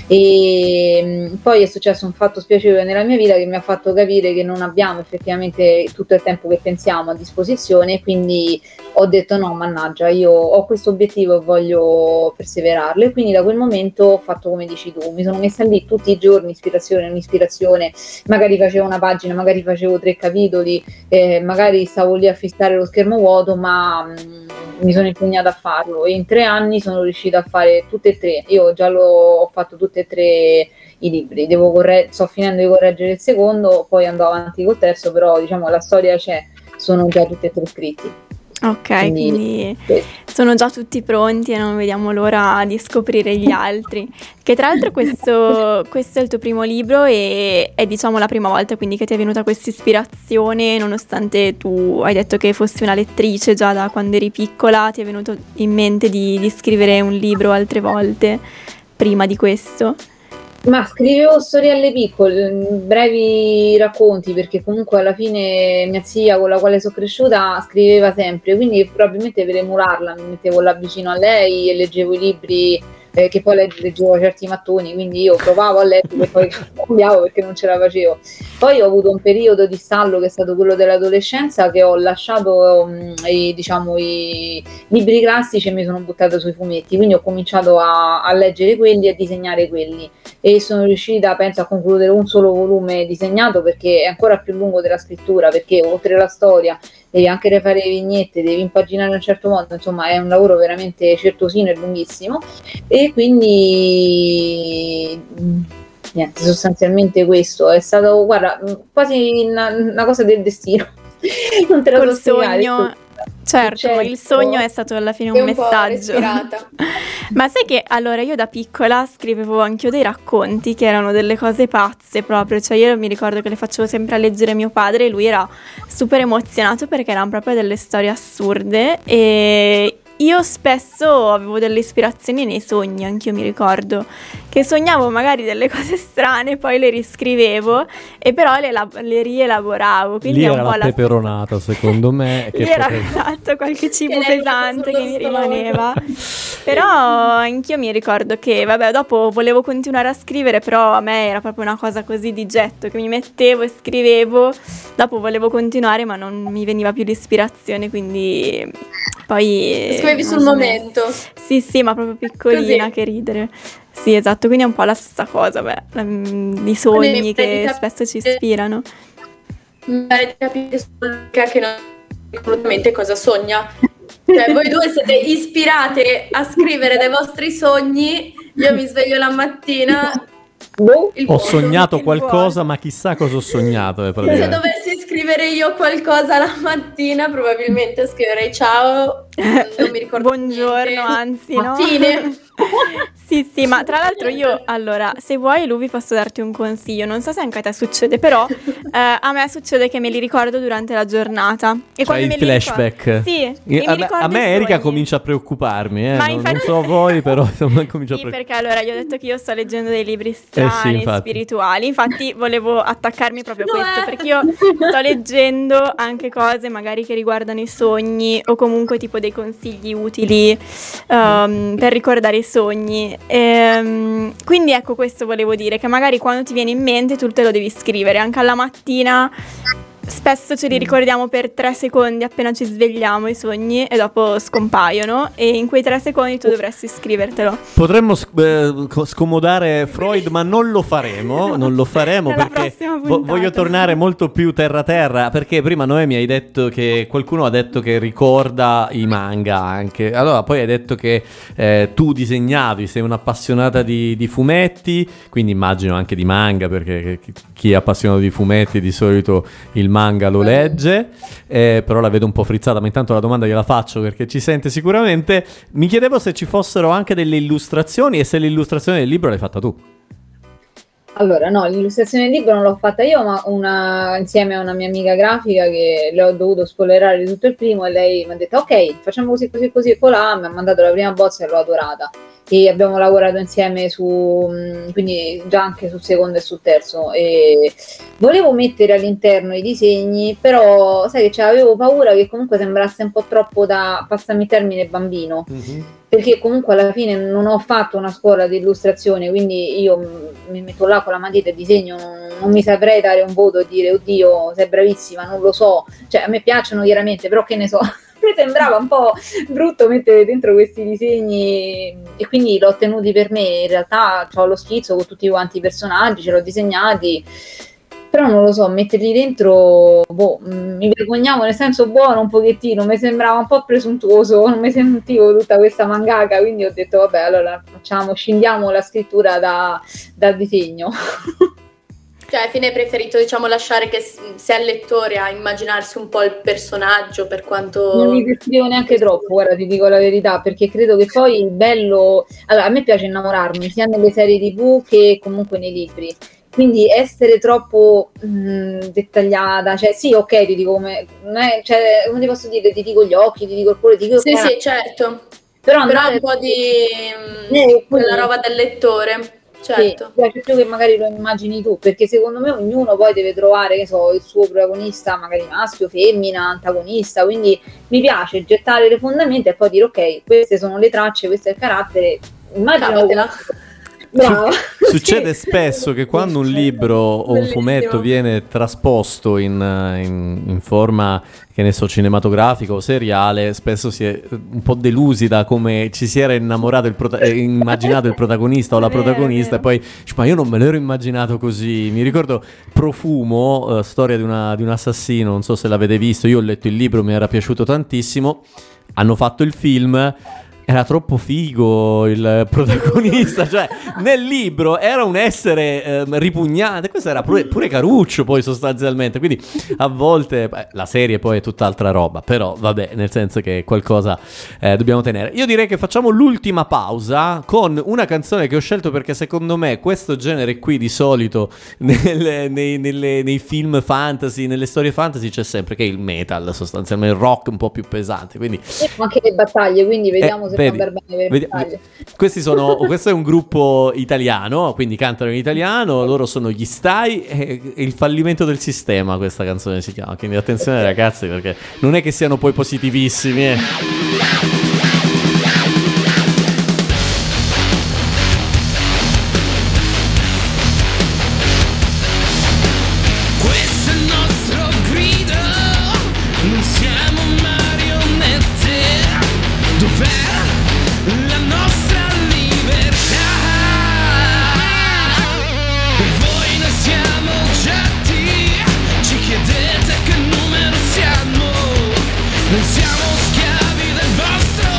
E mh, poi è successo un fatto spiacevole nella mia vita che mi ha fatto capire che non abbiamo effettivamente tutto il tempo che pensiamo a disposizione, quindi ho detto no, mannaggia, io ho questo obiettivo e voglio perseverarlo, e quindi da quel momento ho fatto come dici tu, mi sono messa lì tutti i giorni, ispirazione, un'ispirazione, magari facevo una pagina, magari facevo tre capitoli, eh, magari stavo lì a fissare lo schermo vuoto, ma mh, mi sono impegnata a farlo, e in tre anni sono riuscita a fare tutte e tre. Io già l'ho ho fatto tutte e tre i libri, devo corre- sto finendo di correggere il secondo, poi andò avanti col terzo, però diciamo la storia c'è, sono già tutti e tre scritti. Ok, Quindi, quindi questo. sono già tutti pronti e non vediamo l'ora di scoprire gli altri. Che tra l'altro questo, questo è il tuo primo libro e è diciamo la prima volta quindi che ti è venuta questa ispirazione, nonostante tu hai detto che fossi una lettrice già da quando eri piccola, ti è venuto in mente di, di scrivere un libro altre volte prima di questo? Ma scrivevo storielle piccole, mh, brevi racconti, perché comunque alla fine mia zia con la quale sono cresciuta scriveva sempre, quindi probabilmente per emularla mi mettevo là vicino a lei e leggevo i libri, eh, che poi lei leggevo certi mattoni, quindi io provavo a leggere e poi cambiavo perché non ce la facevo. Poi ho avuto un periodo di stallo che è stato quello dell'adolescenza, che ho lasciato mh, i, diciamo, i libri classici e mi sono buttata sui fumetti, quindi ho cominciato a, a leggere quelli e a disegnare quelli, e sono riuscita, penso, a concludere un solo volume disegnato, perché è ancora più lungo della scrittura, perché oltre alla storia devi anche rifare le vignette, devi impaginare in un certo modo, insomma è un lavoro veramente certosino e lunghissimo, e quindi mh, niente, sostanzialmente questo è stato, guarda, mh, quasi una, una cosa del destino. Non te la Col so spiegare. sogno, certo, ma il sogno è stato alla fine un È un po' messaggio. respirata. Ma sai che allora io da piccola scrivevo anch'io dei racconti che erano delle cose pazze proprio, cioè io mi ricordo che le facevo sempre a leggere a mio padre e lui era super emozionato perché erano proprio delle storie assurde, e io spesso avevo delle ispirazioni nei sogni, anch'io mi ricordo che sognavo magari delle cose strane, poi le riscrivevo e però le, lab- le rielaboravo, quindi Lì è un era po' la la peperonata, secondo me. Che Lì era poteva- esatto qualche cibo Che lei pesante che sullo mi stomaco. rimaneva. Però anch'io mi ricordo che, vabbè, dopo volevo continuare a scrivere, però a me era proprio una cosa così di getto, che mi mettevo e scrivevo, dopo volevo continuare ma non mi veniva più l'ispirazione, quindi poi... Scrivevi ho sul smesso. momento. Sì, sì, ma proprio piccolina, Così. che ridere. Sì, esatto, quindi è un po' la stessa cosa, beh, mm, i sogni mi che pare di spesso ci capire- ispirano. Mi pare di capire solo Luca che non sa assolutamente cosa sogna. Cioè, voi due siete ispirate a scrivere dei vostri sogni, io mi sveglio la mattina, Boh. il Ho vuoto. sognato il qualcosa, vuoto. ma chissà cosa ho sognato. eh, Se praticamente. dovessi scrivere io qualcosa la mattina, probabilmente scriverei ciao, non mi ricordo Buongiorno, niente. anzi, Ma no? fine. Sì, sì, ma tra l'altro io, allora, se vuoi, Lu, vi posso darti un consiglio. Non so se anche a te succede, però eh, a me succede che me li ricordo durante la giornata. E Cioè quando il me li flashback. ricordo- Sì, Io- e a, mi me, ricordo a me i Erika sogni. comincia a preoccuparmi, eh. Ma non, infatti- non so voi, però insomma comincia a Sì, preoccuparmi. perché allora io ho detto che io sto leggendo dei libri strani, infatti. spirituali, infatti volevo attaccarmi proprio a No, questo, eh. perché io sto leggendo anche cose magari che riguardano i sogni o comunque tipo dei consigli utili ehm, per ricordare i sogni. Ehm, quindi ecco, questo volevo dire, che magari quando ti viene in mente tu te lo devi scrivere, anche alla mattina. Spesso ce li ricordiamo per tre secondi appena ci svegliamo i sogni e dopo scompaiono, e in quei tre secondi tu dovresti scrivertelo. Potremmo sc- eh, co- scomodare Freud, ma non lo faremo, non lo faremo Nella perché prossima vo- puntata. voglio tornare molto più terra terra, perché prima Noemi hai detto che qualcuno ha detto che ricorda i manga anche, allora poi hai detto che eh, tu disegnavi, sei un'appassionata di, di fumetti, quindi immagino anche di manga, perché chi- chi è appassionato di fumetti di solito il manga lo legge, eh, però la vedo un po' frizzata, ma intanto la domanda gliela faccio perché ci sente sicuramente. Mi chiedevo se ci fossero anche delle illustrazioni e se l'illustrazione del libro l'hai fatta tu. Allora, no, l'illustrazione del libro non l'ho fatta io, ma una, insieme a una mia amica grafica, che le ho dovuto spoilerare di tutto il primo, e lei mi ha detto ok, facciamo così, così, così e colà, mi ha mandato la prima bozza e l'ho adorata. e abbiamo lavorato insieme su, quindi già anche sul secondo e sul terzo, e volevo mettere all'interno i disegni, però sai che avevo paura che comunque sembrasse un po' troppo da, passami il termine, bambino, mm-hmm. perché comunque alla fine non ho fatto una scuola di illustrazione, quindi io mi metto là con la matita e disegno, non, non mi saprei dare un voto e dire oddio sei bravissima, non lo so, cioè a me piacciono chiaramente, però che ne so, mi sembrava un po' brutto mettere dentro questi disegni e quindi l'ho tenuti per me. In realtà ho lo schizzo con tutti quanti i personaggi, ce l'ho disegnati, però non lo so, metterli dentro, boh, mi vergognavo nel senso buono un pochettino, mi sembrava un po' presuntuoso, non mi sentivo tutta questa mangaka, quindi ho detto vabbè, allora facciamo, scindiamo la scrittura da, dal disegno. Cioè, alla fine hai preferito, diciamo, lasciare che sia il lettore a immaginarsi un po' il personaggio, per quanto... Non mi descrivo neanche troppo, guarda, ti dico la verità, perché credo che poi il bello... Allora, a me piace innamorarmi, sia nelle serie tivù che comunque nei libri. Quindi essere troppo mh, dettagliata, cioè sì, ok, ti dico come... Non è, cioè, come ti posso dire? Ti dico gli occhi, ti dico il cuore, ti dico... Sì, sì, certo. Però, Però andare... un po' di... Eh, quella roba del lettore... Certo. Sì, piace più che magari lo immagini tu, perché secondo me ognuno poi deve trovare, che so, il suo protagonista, magari maschio, femmina, antagonista, quindi mi piace gettare le fondamenta e poi dire ok, queste sono le tracce, questo è il carattere, immagino. Brava. Su- succede sì. spesso che quando un libro o un fumetto viene trasposto in, in, in forma, che ne so, cinematografica o seriale, spesso si è un po' delusi da come ci si era innamorato il prota- eh, immaginato il protagonista o la protagonista, e poi dici, ma io non me l'ero immaginato così. Mi ricordo Profumo, uh, storia di, una, di un assassino, non so se l'avete visto, io ho letto il libro, mi era piaciuto tantissimo, hanno fatto il film. Era troppo figo il protagonista, cioè nel libro era un essere eh, ripugnante, questo era pure, pure caruccio poi sostanzialmente, quindi a volte beh, la serie poi è tutt'altra roba, però vabbè, nel senso che qualcosa eh, dobbiamo tenere. Io direi che facciamo l'ultima pausa con una canzone che ho scelto perché secondo me questo genere qui di solito nel, nei, nelle, nei film fantasy, nelle storie fantasy c'è sempre, che è il metal, sostanzialmente il rock un po' più pesante, quindi... E anche le battaglie, quindi vediamo eh, se Vedi, bene vedi, questi sono, questo è un gruppo italiano, quindi cantano in italiano, loro sono gli Stai e, e il fallimento del sistema, questa canzone si chiama, quindi attenzione ragazzi perché non è che siano poi positivissimi eh. Non siamo schiavi del vostro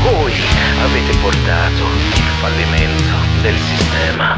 Voi avete portato il fallimento del sistema.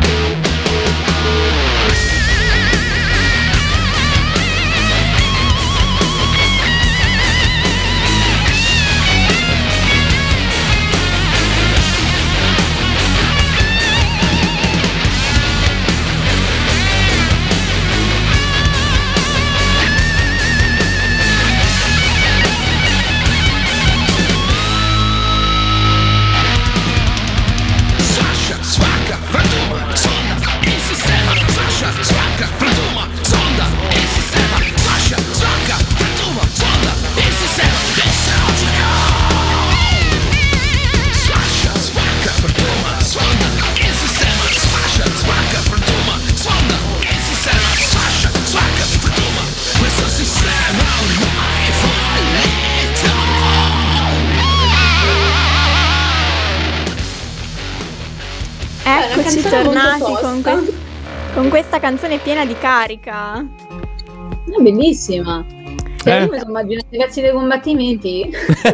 Eccoci canzone tornati molto con, tosta. que- con questa canzone piena di carica. È bellissima. Cioè, Eh. io mi sono immaginato i pezzi dei combattimenti.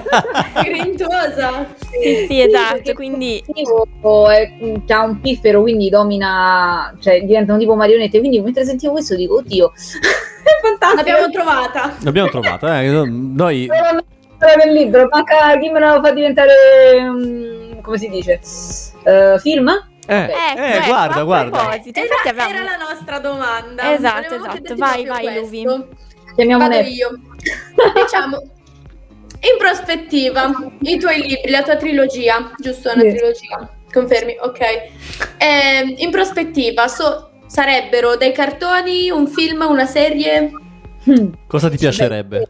Grintosa. Sì, sì, esatto, quindi ha un piffero, quindi domina, cioè diventano tipo marionette. Quindi mentre sentivo questo dico, oddio, è fantastico. L'abbiamo trovata. L'abbiamo trovata, eh. Noi del libro, manca chi me lo fa diventare, um, come si dice, uh, film? Eh, Ecco, eh, ecco, guarda, a guarda. proposito, infatti Era, avevamo- era la nostra domanda. Esatto, Volevamo esatto. chiederti Vai, proprio vai, Luvi. questo. Chiamiamo Vado Netflix. io. Diciamo, in prospettiva, i tuoi libri, la tua trilogia, giusto? Una Sì. trilogia, confermi? Ok. Eh, in prospettiva, so- sarebbero dei cartoni, un film, una serie? Hmm. Cosa ti piacerebbe?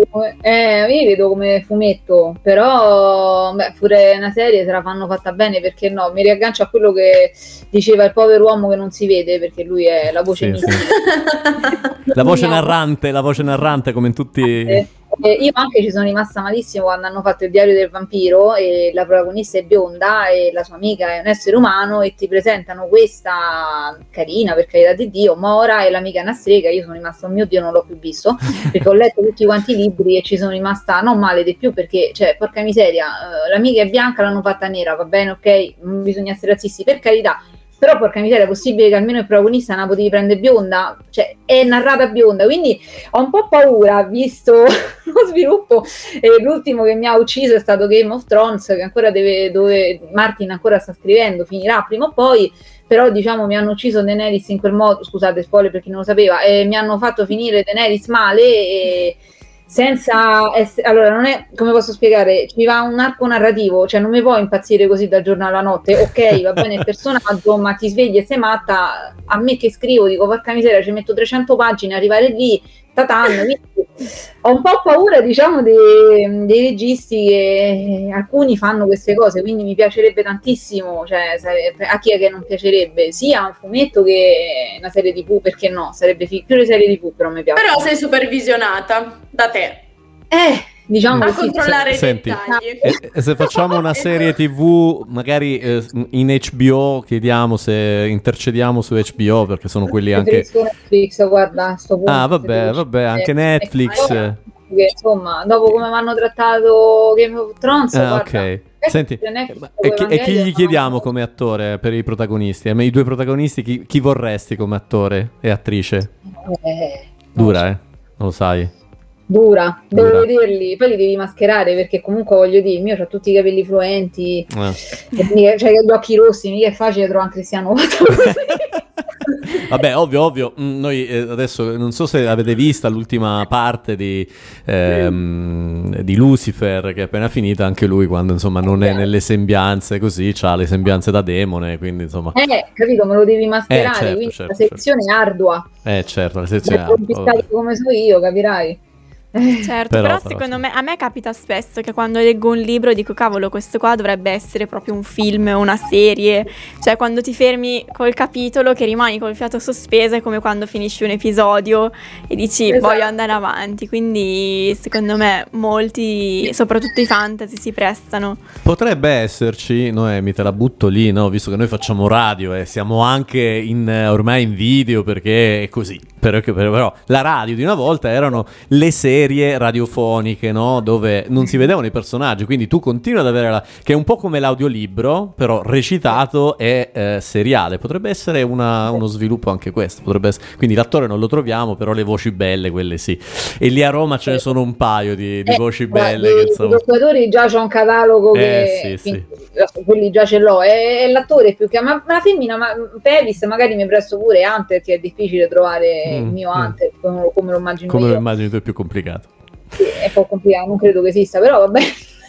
Eh, io vedo come fumetto, però beh, pure una serie se la fanno fatta bene, perché no? Mi riaggancio a quello che diceva il povero uomo che non si vede, perché lui è la voce Sì, sì. mistica. La voce No. narrante, la voce narrante come in tutti... Eh, eh, io anche ci sono rimasta malissimo quando hanno fatto il diario del vampiro e la protagonista è bionda e la sua amica è un essere umano e ti presentano questa carina, per carità di Dio, mora e l'amica è una strega. Io sono rimasta, oh mio Dio, non l'ho più visto, perché ho letto tutti quanti i libri e ci sono rimasta non male di più, perché cioè porca miseria, eh, l'amica è bianca, l'hanno fatta nera, va bene, ok, non bisogna essere razzisti, per carità. Però porca miseria, è possibile che almeno il protagonista la potevi prendere bionda? Cioè, è narrata bionda, quindi ho un po' paura, visto lo sviluppo. E l'ultimo che mi ha ucciso è stato Game of Thrones, che ancora deve, dove Martin ancora sta scrivendo, finirà prima o poi, però diciamo mi hanno ucciso Daenerys in quel modo, scusate, spoiler per chi non lo sapeva, e mi hanno fatto finire Daenerys male e... senza essere, allora non è, come posso spiegare, ci va un arco narrativo, cioè non mi può impazzire così dal giorno alla notte, ok, va bene il personaggio, ma ti svegli e sei matta. A me che scrivo dico porca miseria, ci metto trecento pagine arrivare lì, tatan, quindi ho un po' paura, diciamo, dei, dei registi che alcuni fanno queste cose, quindi mi piacerebbe tantissimo, cioè sare- a chi è che non piacerebbe sia un fumetto che una serie tv, perché no, sarebbe fi- più le serie tv, però mi piace. Però sei supervisionata da te Eh, diciamo a così. controllare Senti, i dettagli. E, e se facciamo una serie tivù, magari eh, in H B O, chiediamo se intercediamo su H B O, perché sono quelli anche... Preferisco Netflix, guarda, a sto punto. Ah, vabbè, vabbè, anche Netflix. Che, insomma, dopo come mi hanno trattato Game of Thrones, Ah, guarda, ok. eh, Senti, Netflix, e chi, e chi Evangelion, gli chiediamo no? come attore per i protagonisti? A me i due protagonisti, chi, chi vorresti come attore e attrice? Eh, Dura, eh? Non lo sai. dura, devo Dura. vederli, poi li devi mascherare, perché comunque voglio dire, il mio c'ha tutti i capelli fluenti, Eh. e mica- cioè gli occhi rossi, mica è facile trovare un Cristiano Vabbè, ovvio, ovvio. Mm, Noi eh, adesso non so se avete vista l'ultima parte di, ehm, di Lucifer, che è appena finita, anche lui quando insomma non è nelle sembianze così, c'ha le sembianze da demone, quindi insomma... Eh, capito, me lo devi mascherare, Eh, certo, quindi certo, la selezione è ardua, Eh certo, la per sezione... compistare come so io, capirai. Certo, Però, però, però, secondo sì. me, a me capita spesso che quando leggo un libro dico cavolo, questo qua dovrebbe essere proprio un film o una serie, cioè quando ti fermi col capitolo che rimani col fiato sospeso è come quando finisci un episodio e dici Esatto. voglio andare avanti, quindi secondo me molti, soprattutto i fantasy, si prestano. Potrebbe esserci, Noemi, te la butto lì, no? Visto che noi facciamo radio e siamo anche in, eh, ormai in video perché è così. Però, però la radio di una volta erano le serie serie radiofoniche, no? Dove non si vedevano i personaggi, quindi tu continui ad avere la... che è un po' come l'audiolibro, però recitato e eh, seriale. Potrebbe essere una, uno sviluppo anche questo, potrebbe essere... quindi l'attore non lo troviamo, però le voci belle, quelle sì. E lì a Roma ce ne sono un paio di, di Eh, voci guarda, belle. i- Che, I insomma... doppiatori già c'ho un catalogo Eh, che sì, quindi, quelli già ce l'ho. È, è l'attore più che ma, ma la femmina, ma Pevis magari mi presto pure Hunter, che è difficile trovare Mm, il mio mm. Hunter come, come lo immagino Come lo io. immagini tu è più complicato. Sì, è un po' complicato, non credo che esista, però vabbè.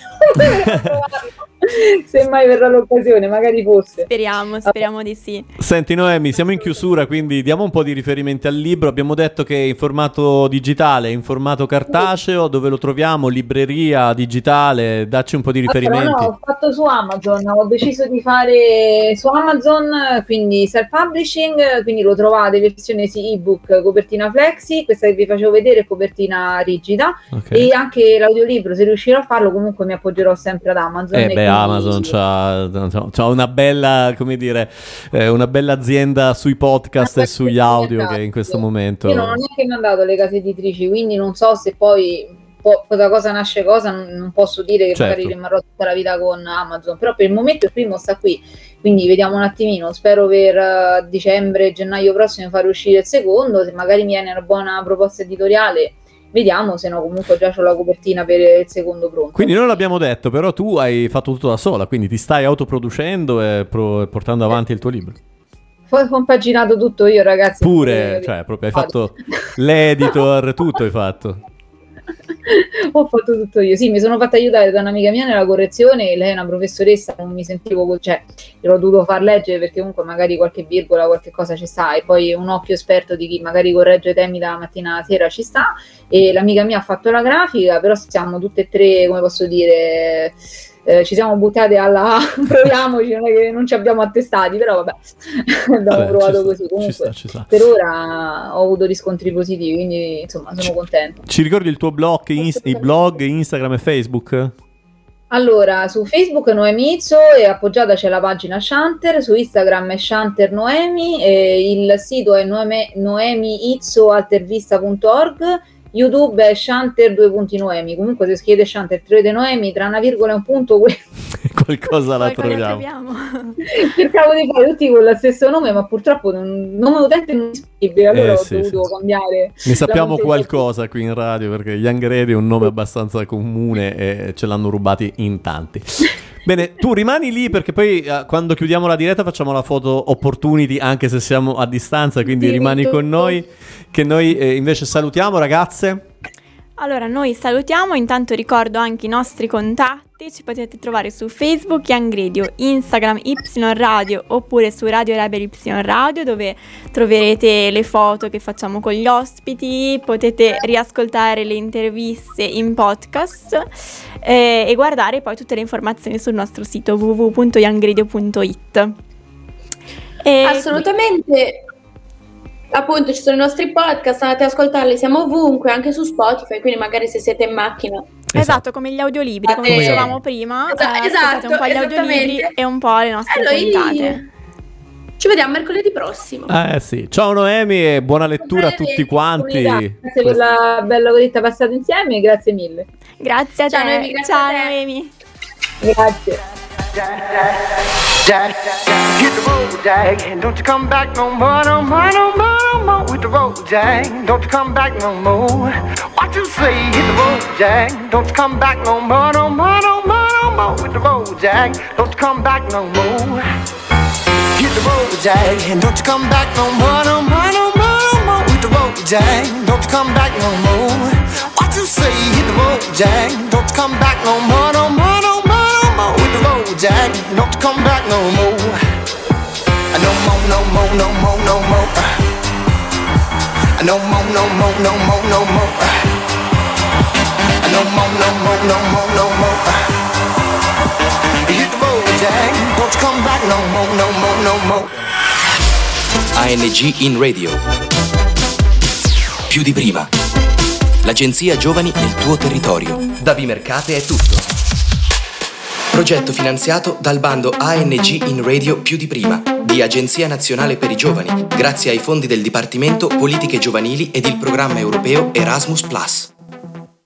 Se mai verrà l'occasione, magari fosse. Speriamo, speriamo di sì. Senti Noemi, siamo in chiusura, quindi diamo un po' di riferimenti al libro. Abbiamo detto che è in formato digitale, in formato cartaceo, dove lo troviamo? Libreria digitale, dacci un po' di riferimenti. Allora, no, ho fatto su Amazon, ho deciso di fare su Amazon, quindi self-publishing, quindi lo trovate versione sì, ebook, copertina flexi, questa che vi facevo vedere è copertina rigida, Ok. e anche l'audiolibro, se riuscirò a farlo, comunque mi appoggerò sempre ad Amazon. Eh e beh, quindi- Amazon c'ha, c'ha una bella, come dire, eh, una bella azienda sui podcast e sugli audio che in questo momento... Io non ho neanche mandato alle case editrici, quindi non so se poi po- da cosa nasce cosa, non, non posso dire che Certo. magari rimarrò tutta la vita con Amazon, però per il momento il primo sta qui, quindi vediamo un attimino, spero per eh, dicembre, gennaio prossimo fare uscire il secondo, se magari mi viene una buona proposta editoriale vediamo, se no comunque già c'ho la copertina per il secondo pronto. Quindi non l'abbiamo detto, però tu hai fatto tutto da sola, quindi ti stai autoproducendo e pro- portando avanti il tuo libro. Poi ho compaginato tutto io, ragazzi. Pure, Eh, cioè, proprio hai fatto l'editor, tutto hai fatto. Ho fatto tutto io, sì, mi sono fatta aiutare da un'amica mia nella correzione, lei è una professoressa, non mi sentivo, col- cioè gliel'ho dovuto far leggere perché comunque magari qualche virgola, qualche cosa ci sta, e poi un occhio esperto di chi magari corregge temi da mattina alla sera ci sta, e l'amica mia ha fatto la grafica, però siamo tutte e tre, come posso dire... Eh, ci siamo buttate alla proviamoci, non è che non ci abbiamo attestati, però vabbè, abbiamo Vabbè, provato ci sta, così. ci Comunque, sta, ci sta. per ora ho avuto riscontri positivi, quindi insomma sono contenta. Ci ricordi il tuo blog, ins- i blog, Instagram e Facebook? Allora, su Facebook Noemi Izzo e appoggiata c'è la pagina Shanter, su Instagram è Shanter Noemi, e il sito è noemi, noemi izzo altervista punto org, YouTube è Shanter due punti Noemi, comunque se scrivete Shanter trovate Noemi, tra una virgola e un punto que- Qualcosa la Qualcosa troviamo. troviamo. cercavo di fare tutti con lo stesso nome, ma purtroppo non, nome utente non è disponibile, allora Eh, ho sì, dovuto sì. cambiare. Ne sappiamo la qualcosa qui in radio, perché Young Radio è un nome abbastanza comune e ce l'hanno rubati in tanti. Bene, tu rimani lì perché poi eh, quando chiudiamo la diretta facciamo la foto opportunity anche se siamo a distanza, quindi Sì, rimani tutto. con noi, che noi eh, invece salutiamo, ragazze. Allora, noi salutiamo, intanto ricordo anche i nostri contatti, ci potete trovare su Facebook Young Radio, Instagram Y Radio oppure su Radio Rebel Y Radio, dove troverete le foto che facciamo con gli ospiti, potete riascoltare le interviste in podcast eh, e guardare poi tutte le informazioni sul nostro sito w w w punto young radio punto i t. E Assolutamente. Appunto, ci sono i nostri podcast, andate ad ascoltarli, siamo ovunque, anche su Spotify, quindi magari se siete in macchina. Esatto, come gli audiolibri, come Fate- dicevamo prima, Esa- eh, ascoltate un esatto, po' gli audiolibri esattamente. e un po' le nostre E noi puntate. ci vediamo mercoledì prossimo. Eh sì, ciao Noemi e buona lettura a Bene, tutti quanti. Grazie per la bella oretta passata insieme, grazie mille. Grazie a Ciao, te. Noemi, grazie Ciao a te. Noemi. Grazie. Jack, hit the road, Jack, and don't you come back no more, no more, no more, no more with the road, Jack. Don't you come back no more. What you say? Hit the road, Jack. Don't you come back no more, no more, no more, no more with the road, Jack. Don't you come back no more. Hit the road, Jack, and don't you come back no more, no more, no more, no more with the road, Jack. Don't you come back no more. What you say? Hit the road, Jack. Don't you come back no more, no more, no more, no more with the road, Jack. Don't you come back no more. No more, no more, no more, no more. No more, no more, no more, no more. No more, no more, no more, no more. Hit the road, Jack. Don't you come back no more, no more, no more. A N G in Radio. Più di prima. L'agenzia Giovani nel tuo territorio. Da Vimercate è tutto. Progetto finanziato dal bando A N G in Radio Più di prima di Agenzia Nazionale per i Giovani, grazie ai fondi del Dipartimento Politiche Giovanili ed il programma europeo Erasmus Plus.